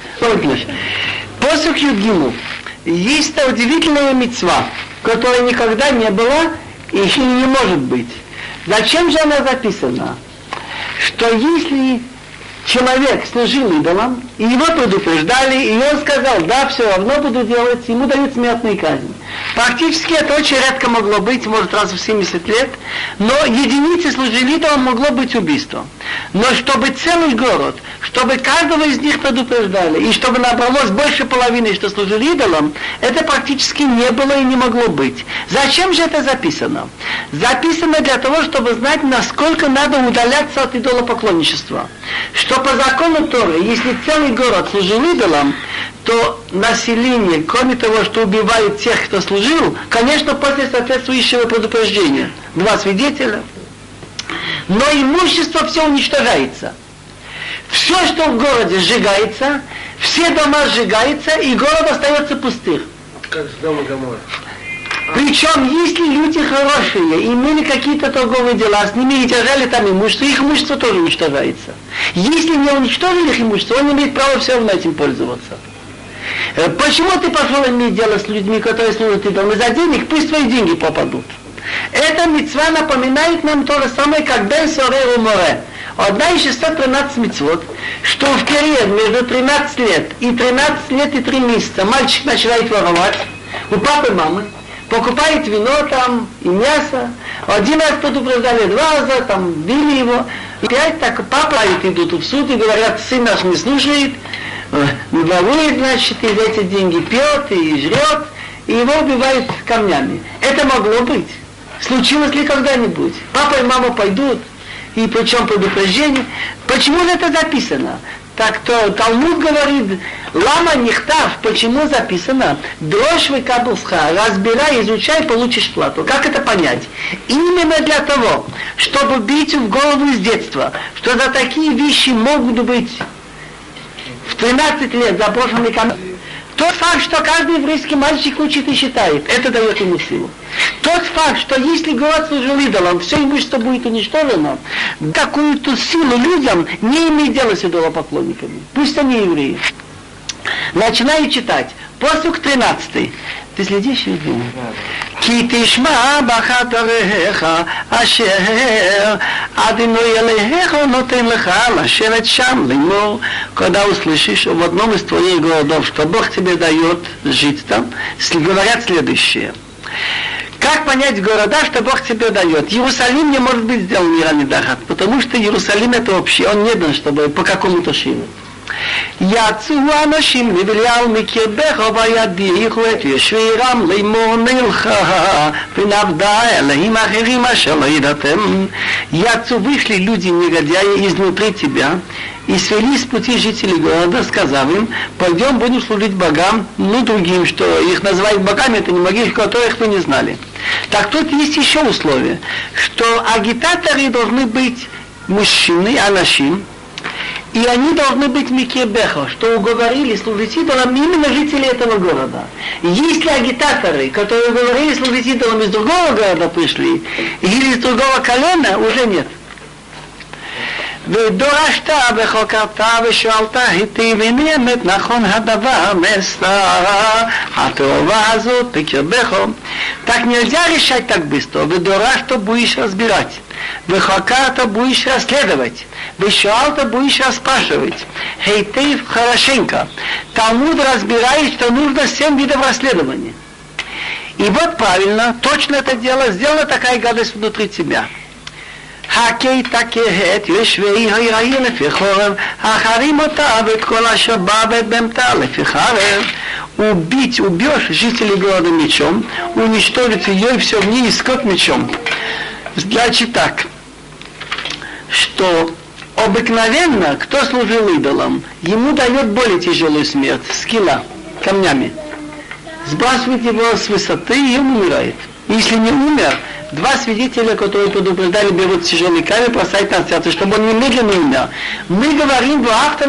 Посук Юдгиму. Есть удивительная мицва, которой никогда не было и не может быть. Зачем же она записана? Что если человек служил идолам, и его предупреждали, и он сказал, да, все равно буду делать, ему дают смертную казнь. Практически это очень редко могло быть, может раз в семьдесят лет, но единицы служили идолам могло быть убийством. Но чтобы целый город, чтобы каждого из них предупреждали, и чтобы набралось больше половины, что служили идолам, это практически не было и не могло быть. Зачем же это записано? Записано для того, чтобы знать, насколько надо удаляться от идолопоклонничества. Что по закону Торы, если целый город служил идолам, то население, кроме того, что убивает тех, кто служил, конечно, после соответствующего предупреждения. Два свидетеля. Но имущество все уничтожается. Все, что в городе, сжигается, все дома сжигаются, и город остается пустым. Как с дома Гоморра. Причем, если люди хорошие, имели какие-то торговые дела, с ними держали там имущество, их имущество тоже уничтожается. Если не уничтожили их имущество, он имеет право все равно этим пользоваться. Почему ты пошел иметь дело с людьми, которые служат идолам? За денег пусть твои деньги попадут. Эта мицва напоминает нам то же самое, как Бен Соре у Море. Одна из шестьсот тринадцати мицвот, что в период между тринадцать лет и тринадцать лет и три месяца мальчик начинает воровать у папы и мамы. покупает вино там и мясо. Один раз предупреждали, два раза, там били его. И опять так папа идут в суд и говорят, сын наш не слушает, ворует, значит, и эти деньги пьет и жрет, и его убивают камнями. Это могло быть. Случилось ли когда-нибудь? Папа и мама пойдут, и причем предупреждение. Почему же это записано? Так то Талмуд говорит, лама нихтав, почему записано? Дрожь вы каблсха, разбирай, изучай, получишь плату. Как это понять? Именно для того, чтобы бить в голову с детства, что за такие вещи могут быть в тринадцать лет заброшенные камни. Тот факт, что каждый еврейский мальчик учит и считает, это дает ему силу. Тот факт, что если город служил идолом, все имущество будет уничтожено, какую-то силу людям не имеет дела с идолопоклонниками. Пусть они евреи. Начинаю читать. Посук тринадцатый. Ты следишь, Евгений? כי תשמע בחדריך אשר אדינוי אלוהיך נותן לך לשבת שם לאמור. Когда услышишь в одном из твоих городов, что Бог тебе дает жить там, говорят следующее. Как понять города, что Бог тебе дает? Иерусалим не может быть сделан Иранидахат, потому что Иерусалим это вообще, он не дан, чтобы по какому-то шину. יצאו אנשים מבליעל מקרבך וידיחו את יושבי רם לאמור נלכה ונעבדה אלוהים אחרים אשר לא ידעתם. יצאו вышли люди негодяи изнутри тебя и свели с пути жителей города, сказав им, пойдем будем служить богам, ну другим, что их называют богами, это не боги, которых вы не знали. Так тут есть еще условие, что агитаторы должны быть мужчины, анашим, и они должны быть микебеха, что уговорили служить идолам именно жители этого города. Если агитаторы, которые уговорили служить идолам из другого города пришли, или из другого колена, уже нет. ודורשת וחוקרת ושאלת היטב באמת נכון הדבר נעשה התאווה הזאת בקרבך. Так нельзя решать так быстро. ודורשת будешь разбирать. וחוקרת будешь расследовать. ושאלת будешь расспрашивать. היטב хорошенько. Талмуд разбирает, что нужно семь видов расследования. И вот правильно, точно это дело, сделана такая гадость внутри тебя. הקי תקהת יושבי העיר לפי חורב, אחרים אותה ואת כל אשר בא ואת בהמתה לפי חרב. Убить, убьешь жителей города мечом, уничтожить ее и все в ней искать мечом. Значит так, что обыкновенно, кто служил идолам, ему дает более тяжелую смерть, скилла, камнями. Сбрасывает его с высоты, и он умирает. Если не умер, два свидетеля, которые предупреждали, берут тяжелый камень, бросают на сердце, чтобы он немедленно умер. Мы говорим,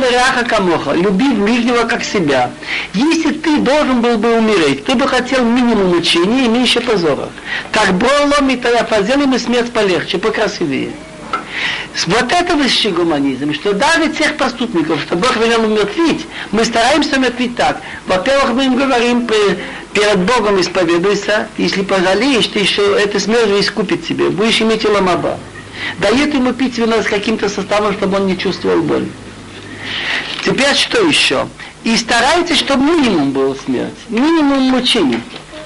люби ближнего как себя. Если ты должен был бы умереть, ты бы хотел минимум мучения и меньше позора. Так бролом и таяфазелем и смерть полегче, покрасивее. Вот это высший гуманизм, что даже тех преступников, что Бог велел умертвить, мы стараемся умертвить так. Во-первых, мы им говорим, перед Богом исповедуйся, если пожалеешь, ты еще эта смерть искупит тебе, будешь иметь ламаба. Дает ему пить вино с каким-то составом, чтобы он не чувствовал боль. Теперь что еще? И старайтесь, чтобы минимум был смерть, минимум мучений.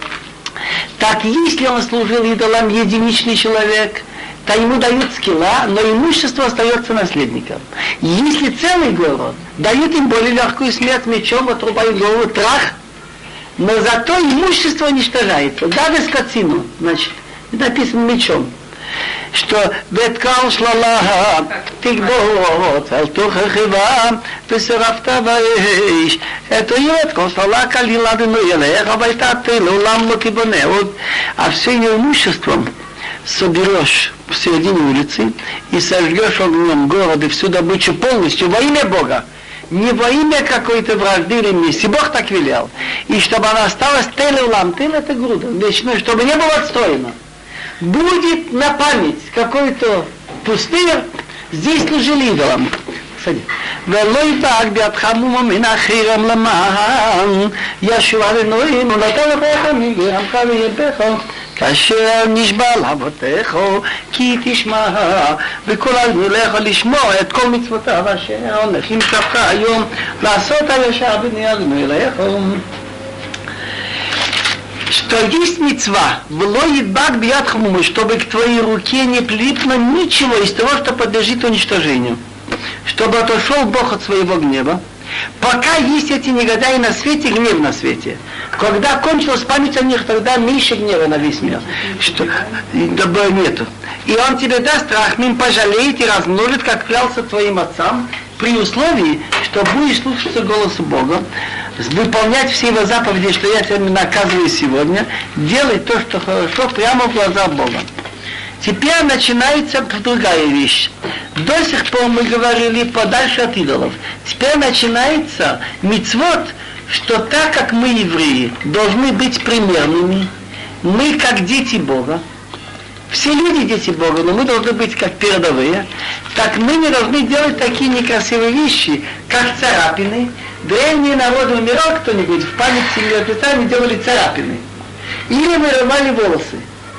Так если он служил идолам, единичный человек, то ему дают скилла, но имущество остается наследникам. Если целый город, дают им более легкую смерть мечом, отрубают голову, трах, но зато имущество уничтожается, даже скотину, значит, написано мечом, что веткал шлалаха тигбот ал тухахива весрафта ваиш это веткал шлала калила дну елеха вайтаты лулам лукибонеут, а все имуществом соберешь в середине улицы и сожгешь огнем город и всю добычу полностью во имя Бога, не во имя какой-то вражды или мести. Бог так велел. И чтобы она осталась тель-улам, тель это груда, вечная, чтобы не было отстроено. Будет на память какой-то пустырь, здесь служили идолам. ולא ידאג בידכם ומן אחרים למען ישוע אלוהים ונתן לך יחמים וירמך וירבך כאשר נשבע לאבותיך כי תשמע וכל עליך לשמוע את כל מצוותיו אשר הולכים שפך היום לעשות הישר בני אדוני אליך. что есть мицва, влоит баг биатхмумы, чтобы к твоей руке не прилипло ничего из того, что подлежит уничтожению. Чтобы отошел Бог от своего гнева. Пока есть эти негодяи на свете, гнев на свете. Когда кончилась память о них, тогда меньше гнева на весь мир. Что нету. И он тебе даст рахмим, пожалеет и размножит, как клялся твоим отцам, при условии, что будешь слушаться голосу Бога, выполнять все его заповеди, что я тебе наказываю сегодня, делать то, что хорошо, прямо в глаза Бога. Теперь начинается другая вещь. До сих пор мы говорили подальше от идолов. Теперь начинается мицвот, что так как мы евреи должны быть примерными, мы как дети Бога, все люди дети Бога, но мы должны быть как передовые, так мы не должны делать такие некрасивые вещи, как царапины. Древние народы умирал кто-нибудь, в память мертвецами делали царапины. Или вырывали волосы.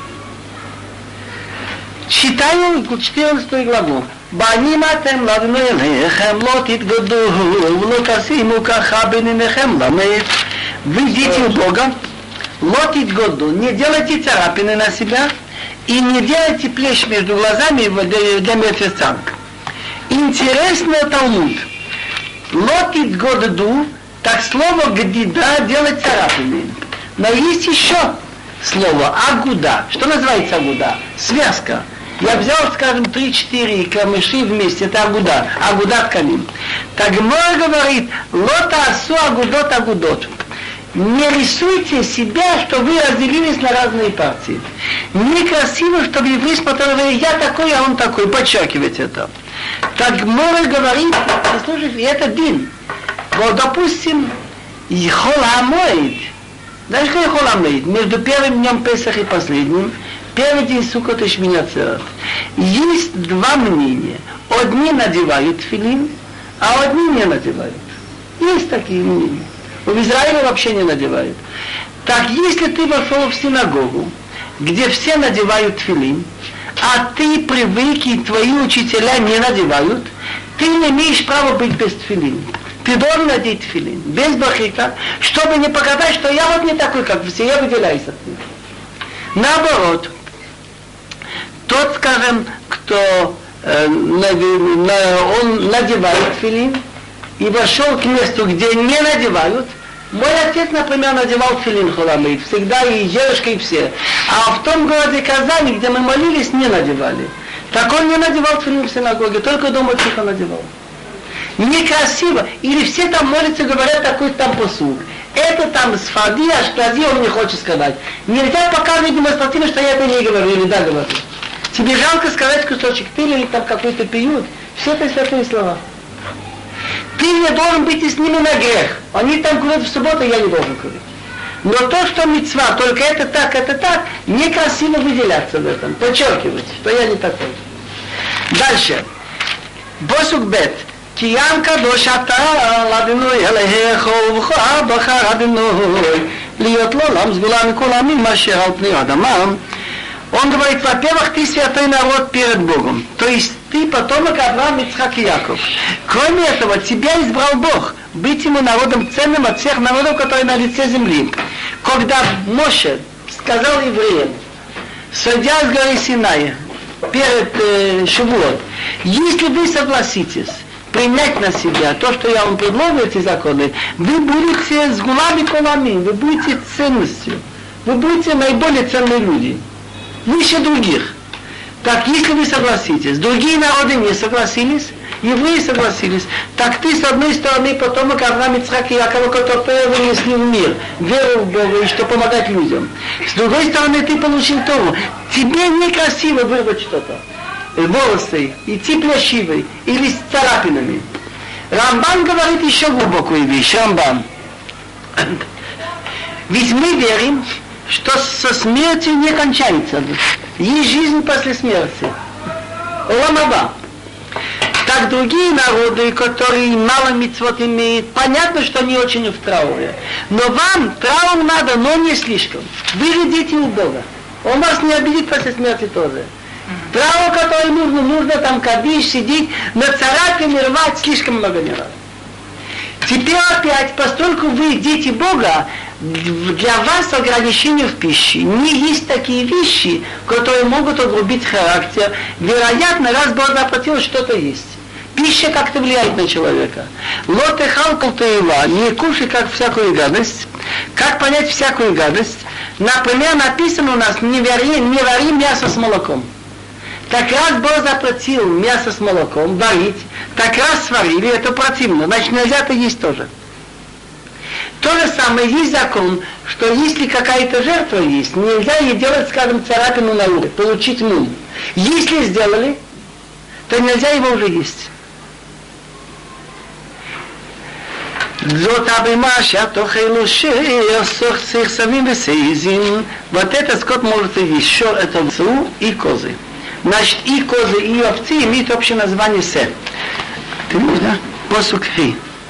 Читаю четырнадцатую главу. Баним атем ладну элехем, ло титгоду, ло касиму каха бенинехем ламет. Вы дети у Бога, ло титгоду, не делайте царапины на себя и не делайте плещ между глазами для мертвеца. Интересно Талмуд. Ло титгоду, так слово гдида делать царапины. Но есть еще слово агуда. Что называется агуда? Связка. Я взял, скажем, три-четыре камыши вместе, это агуда, агудат камин. Так Гемара говорит, лота асу агудот агудот. Не рисуйте себя, что вы разделились на разные партии. Некрасиво, чтобы еврей смотрел, я такой, а он такой, подчеркивать это. Так Гемара говорит, слушай, это дин. Вот, допустим, холамоид, знаешь, как холамоид, между первым днем Песах и последним, первый день Суккот и Шмини Ацерет. Есть два мнения. Одни надевают тфилин, а одни не надевают. Есть такие мнения. В Израиле вообще не надевают. Так, если ты вошел в синагогу, где все надевают тфилин, а ты привык, и твои учителя не надевают, ты не имеешь права быть без тфилин. Ты должен надеть тфилин, без бахика, чтобы не показать, что я вот не такой, как все, я выделяюсь от них. Наоборот, тот, скажем, кто э, на, он надевает тфилин и вошел к месту, где не надевают. Мой отец, например, надевал тфилин холамид, всегда и девушка, и все. А в том городе Казани, где мы молились, не надевали. Так он не надевал тфилин в синагоге, только дома тихо надевал. Некрасиво. Или все там молятся, говорят такой там посуг. Это там сфади, ашкази, он не хочет сказать. Нельзя показывать демонстративно, что я это не говорю, или да говорю. Тебе жалко сказать кусочек пили, или там какой-то пьют. Все это святые слова. Ты не должен быть и с ними на грех. Они там курят в субботу, я не должен курить. Но то, что мицва, только это так, это так, некрасиво выделяться в этом, подчеркивать, что я не такой. Дальше. Босук бет. Киян кадош ата ладинуй элехо ובחר בחר אדינוי להיות לו למסגולה מכל העמים מאשר על פני האדמה. Он говорит, во-первых, ты святой народ перед Богом. То есть ты потомок Авраама, Ицхак и Яков. Кроме этого, тебя избрал Бог. Быть ему народом ценным от всех народов, которые на лице земли. Когда Моше сказал евреям, сойдя с горы Синая, перед э, Шавуот, если вы согласитесь принять на себя то, что я вам предложу, эти законы, вы будете с гулами колами, вы будете ценностью. Вы будете наиболее ценные люди. Выше других. Так, если вы согласитесь, другие народы не согласились, евреи согласились, так ты, с одной стороны, потомок Авраама, Ицхака и Якова, которые вынесли в мир, веру в Бога, и что помогать людям. С другой стороны, ты получил Тору. Тебе некрасиво вырвать что-то. Волосы, идти плешивой, или с царапинами. Рамбан говорит еще глубокую вещь. Рамбан. Ведь мы верим, что со смертью не кончается. Есть жизнь после смерти. Ламаба. Так другие народы, которые мало мицвот имеют, понятно, что они очень в трауре. Но вам траур надо, но не слишком. Вы же дети у Бога. Он вас не обидит после смерти тоже. Траур, который нужно, нужно там кадиш, сидеть, на царапине рвать слишком много не надо. Теперь опять, поскольку вы дети Бога, для вас ограничения в пище. Не есть такие вещи, которые могут огрубить характер. Вероятно, раз Бог запретил, что-то есть. Пища как-то влияет на человека. Лот и халкал таева, не кушай как всякую гадость. Как понять всякую гадость? Например, написано у нас, не вари, не вари мясо с молоком. Так раз Бог запретил мясо с молоком варить, так раз сварили, это противно, значит нельзя это есть тоже. То же самое, есть закон, что если какая-то жертва есть, нельзя ей делать, скажем, царапину на руке, получить мум. Если сделали, то нельзя его уже есть. Вот это скот может есть, еще это овцу и козы. Значит, и козы, и овцы имеют общее название се. Ты видишь, да? Посук хи.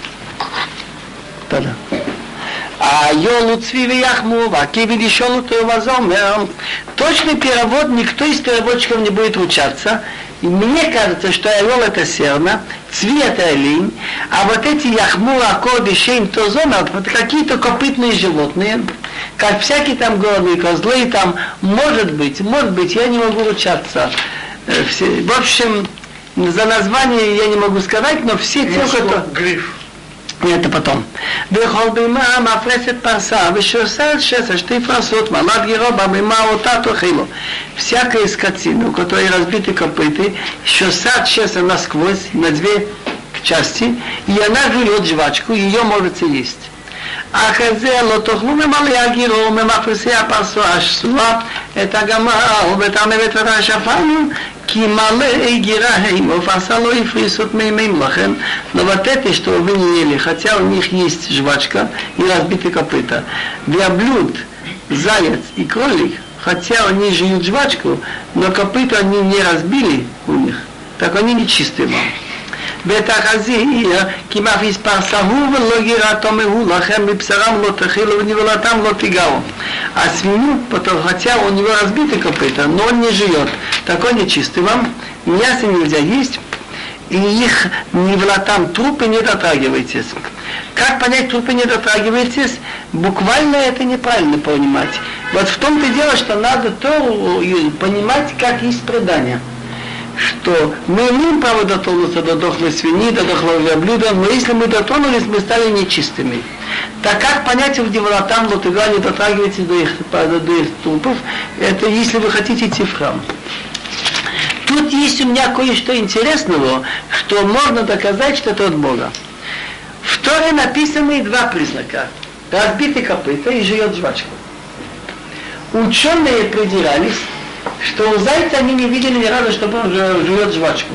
Да-да. А йолу цвиве яхму, а кивид еще лутую вазомер. Точный перевод, никто из переводчиков не будет ручаться. И мне кажется, что айол это серна, цви это олень, а вот эти яхму, акоби, шейн, тозомер, это какие-то копытные животные, как всякие там горные козлы, там, может быть, может быть, я не могу ручаться. В общем, за название я не могу сказать, но все те, кто... Гриф. Это потом. Бехол бима мафресет парса, вешосал шеса, шты фрасот, малад героба, бима отато хило. Всякая скотина, у которой разбиты копыты, шосат шеса насквозь, на две части, и она жует жвачку, ее может съесть. אחרי לא תאכלו ממלא הגירו ממפרסי הפרסו השסועה את הגמל ואת המבט ואת השפן כי מלא גירה הם ופרסה לא יפריסות מימים לכן но вот это, что вы не ели, хотя у них есть жвачка и разбитые копыта. Верблюд, заяц и кролик, хотя они жуют жвачку, но копыта они не разбили у них, так они не чистые вам. בתחזיר, כי מפיס פרסהו ולא גירתו מהו לכם מבשרם לא תחילו ונבלתם לא תיגעו. А свинью, хотя у него разбиты копыта, но он не живет, так он нечистый вам, мясо нельзя есть, и их невлатам трупы не дотрагивайтесь. Как понять, трупы не дотрагивайтесь? Буквально это неправильно понимать. Вот в том-то дело, что надо Тору понимать, как есть предание. Что мы имеем право дотронуться до дохлой свиньи, до дохлого верблюда, но если мы дотронулись, мы стали нечистыми. Так как понять в деволотам, лотыга, не дотрагивайтесь до их, до их трупов, это если вы хотите идти в храм. Тут есть у меня кое-что интересного, что можно доказать, что это от Бога. В Торе написаны два признака. Разбитый копыта и жует жвачку. Ученые придирались, что у зайца они не видели ни разу, чтобы он жует жвачку.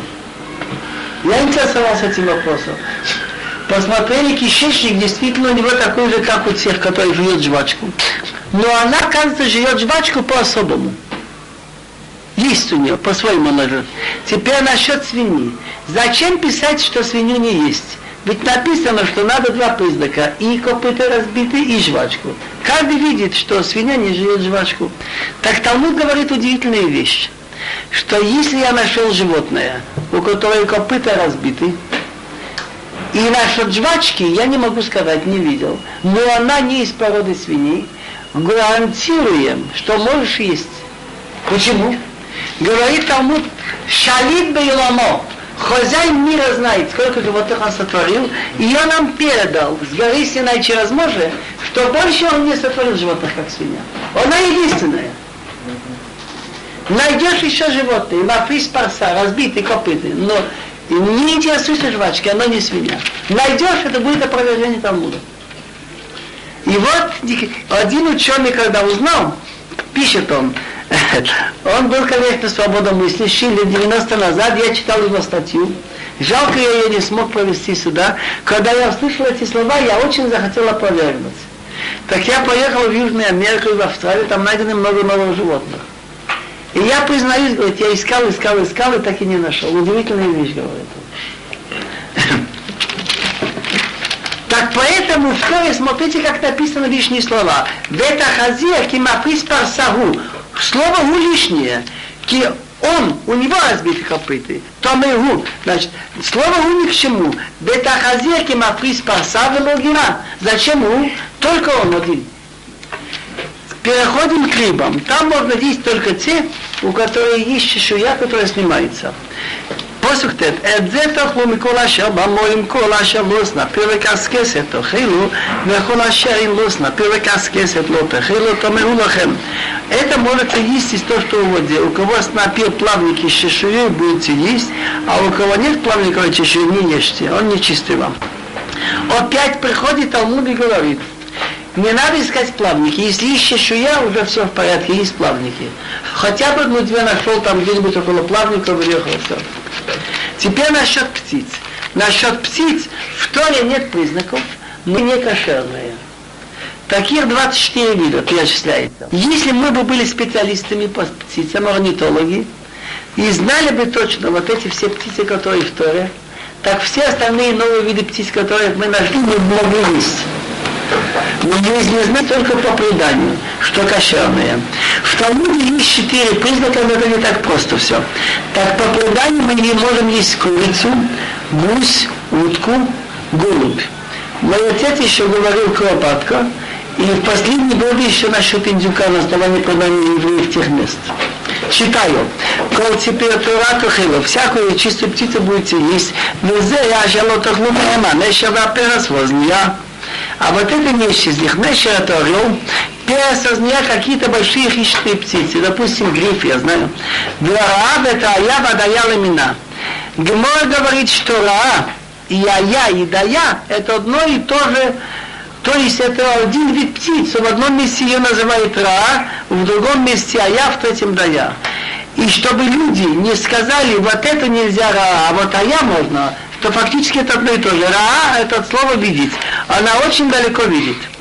Я интересовался этим вопросом. Посмотрели, кишечник действительно у него такой же, как у тех, которые жуют жвачку. Но она, кажется, жует жвачку по-особому. Есть у нее, по-своему она жует. Теперь насчет свиньи. Зачем писать, что свинью не есть? Ведь написано, что надо два признака. И копыта разбиты, и жвачку. Каждый видит, что свинья не жует жвачку. Так Талмуд говорит удивительную вещь. Что если я нашел животное, у которого копыта разбиты, и насчет жвачки, я не могу сказать, не видел. Но она не из породы свиньи. Гарантируем, что можешь есть. Почему? Говорит Талмуд, шалит бейламо. Хозяин мира знает, сколько животных он сотворил, и он нам передал с горы Синай через море, что больше он не сотворил животных, как свинья. Она единственная. Найдешь еще животные, мафис парса, разбитые копыты, но не интересуйся жвачки, оно не свинья. Найдешь, это будет опровержение Талмуда. И вот один ученый, когда узнал, пишет он, он был, конечно, свободомыслящий, лет девяносто назад я читал его статью. Жалко, я ее не смог провести сюда. Когда я услышал эти слова, я очень захотел опровергнуть. Так я поехал в Южную Америку и в Австралию, там найдено много новых животных. И я признаюсь, говорит, я искал, искал, искал и так и не нашел. Удивительная вещь, говорит он. Так поэтому в Торе, смотрите, как написано лишние слова. Вета хазия кимафис парсаху. Слово «гу» лишнее. Ки он, у него разбиты копыты. То мы «гу». Значит, слово «гу» ни к чему. Вета хазия кимафис парса велогира. Зачем «гу»? Только он один. Переходим к рыбам. Там можно есть только те, у которых есть чешуя, которая снимается. פסוק ט' את זה תאכלו מכל אשר במים כל אשר לא אשנא פרק עסקסת תאכלו וכל אשר אין לא אשנא פרק עסקסת לא תאכלו תאמרו לכם. Это можете есть из того, что в воде. У кого снопил плавники с чешуей, будете есть, а у кого нет плавниковой чешуи, не ешьте, он нечистый вам. Опять приходит Талмуд и говорит, не надо искать плавники. Если есть чешуя, уже все в порядке, есть плавники. Хотя бы ну, две нашел там где-нибудь около плавника, выехал, все. Теперь насчет птиц. Насчет птиц в Торе нет признаков, но не кошерные. Таких двадцать четыре вида перечисляется. Если мы бы были специалистами по птицам, орнитологи, и знали бы точно вот эти все птицы, которые в Торе, так все остальные новые виды птиц, которые мы нашли, мы могли есть. Но мы не знаем только по преданию, что кошерные. В Талмуде есть четыре признака, но это не так просто все. Так по преданию мы не можем есть курицу, гусь, утку, голубь. Мой отец еще говорил куропатка, и в последние годы еще насчет индюка на основании предания евреев тех мест. Читаю. Кол теперь Тора тухила, всякую чистую птицу будете есть. Везе я жалотах лукаема, нешава перас возния. А вот это не из них. Нешер это орел, перес возния какие-то большие хищные птицы. Допустим, гриф, я знаю. Раав это ая вадая ламина. Гемор говорит, что раа и ая и дая это одно и то же. То есть это один вид птиц. В одном месте ее называют раа, в другом месте ая, в третьем дая. И чтобы люди не сказали, вот это нельзя раа, а вот ая можно, то фактически это одно и то же. Раа это от слова видеть. Она очень далеко видит.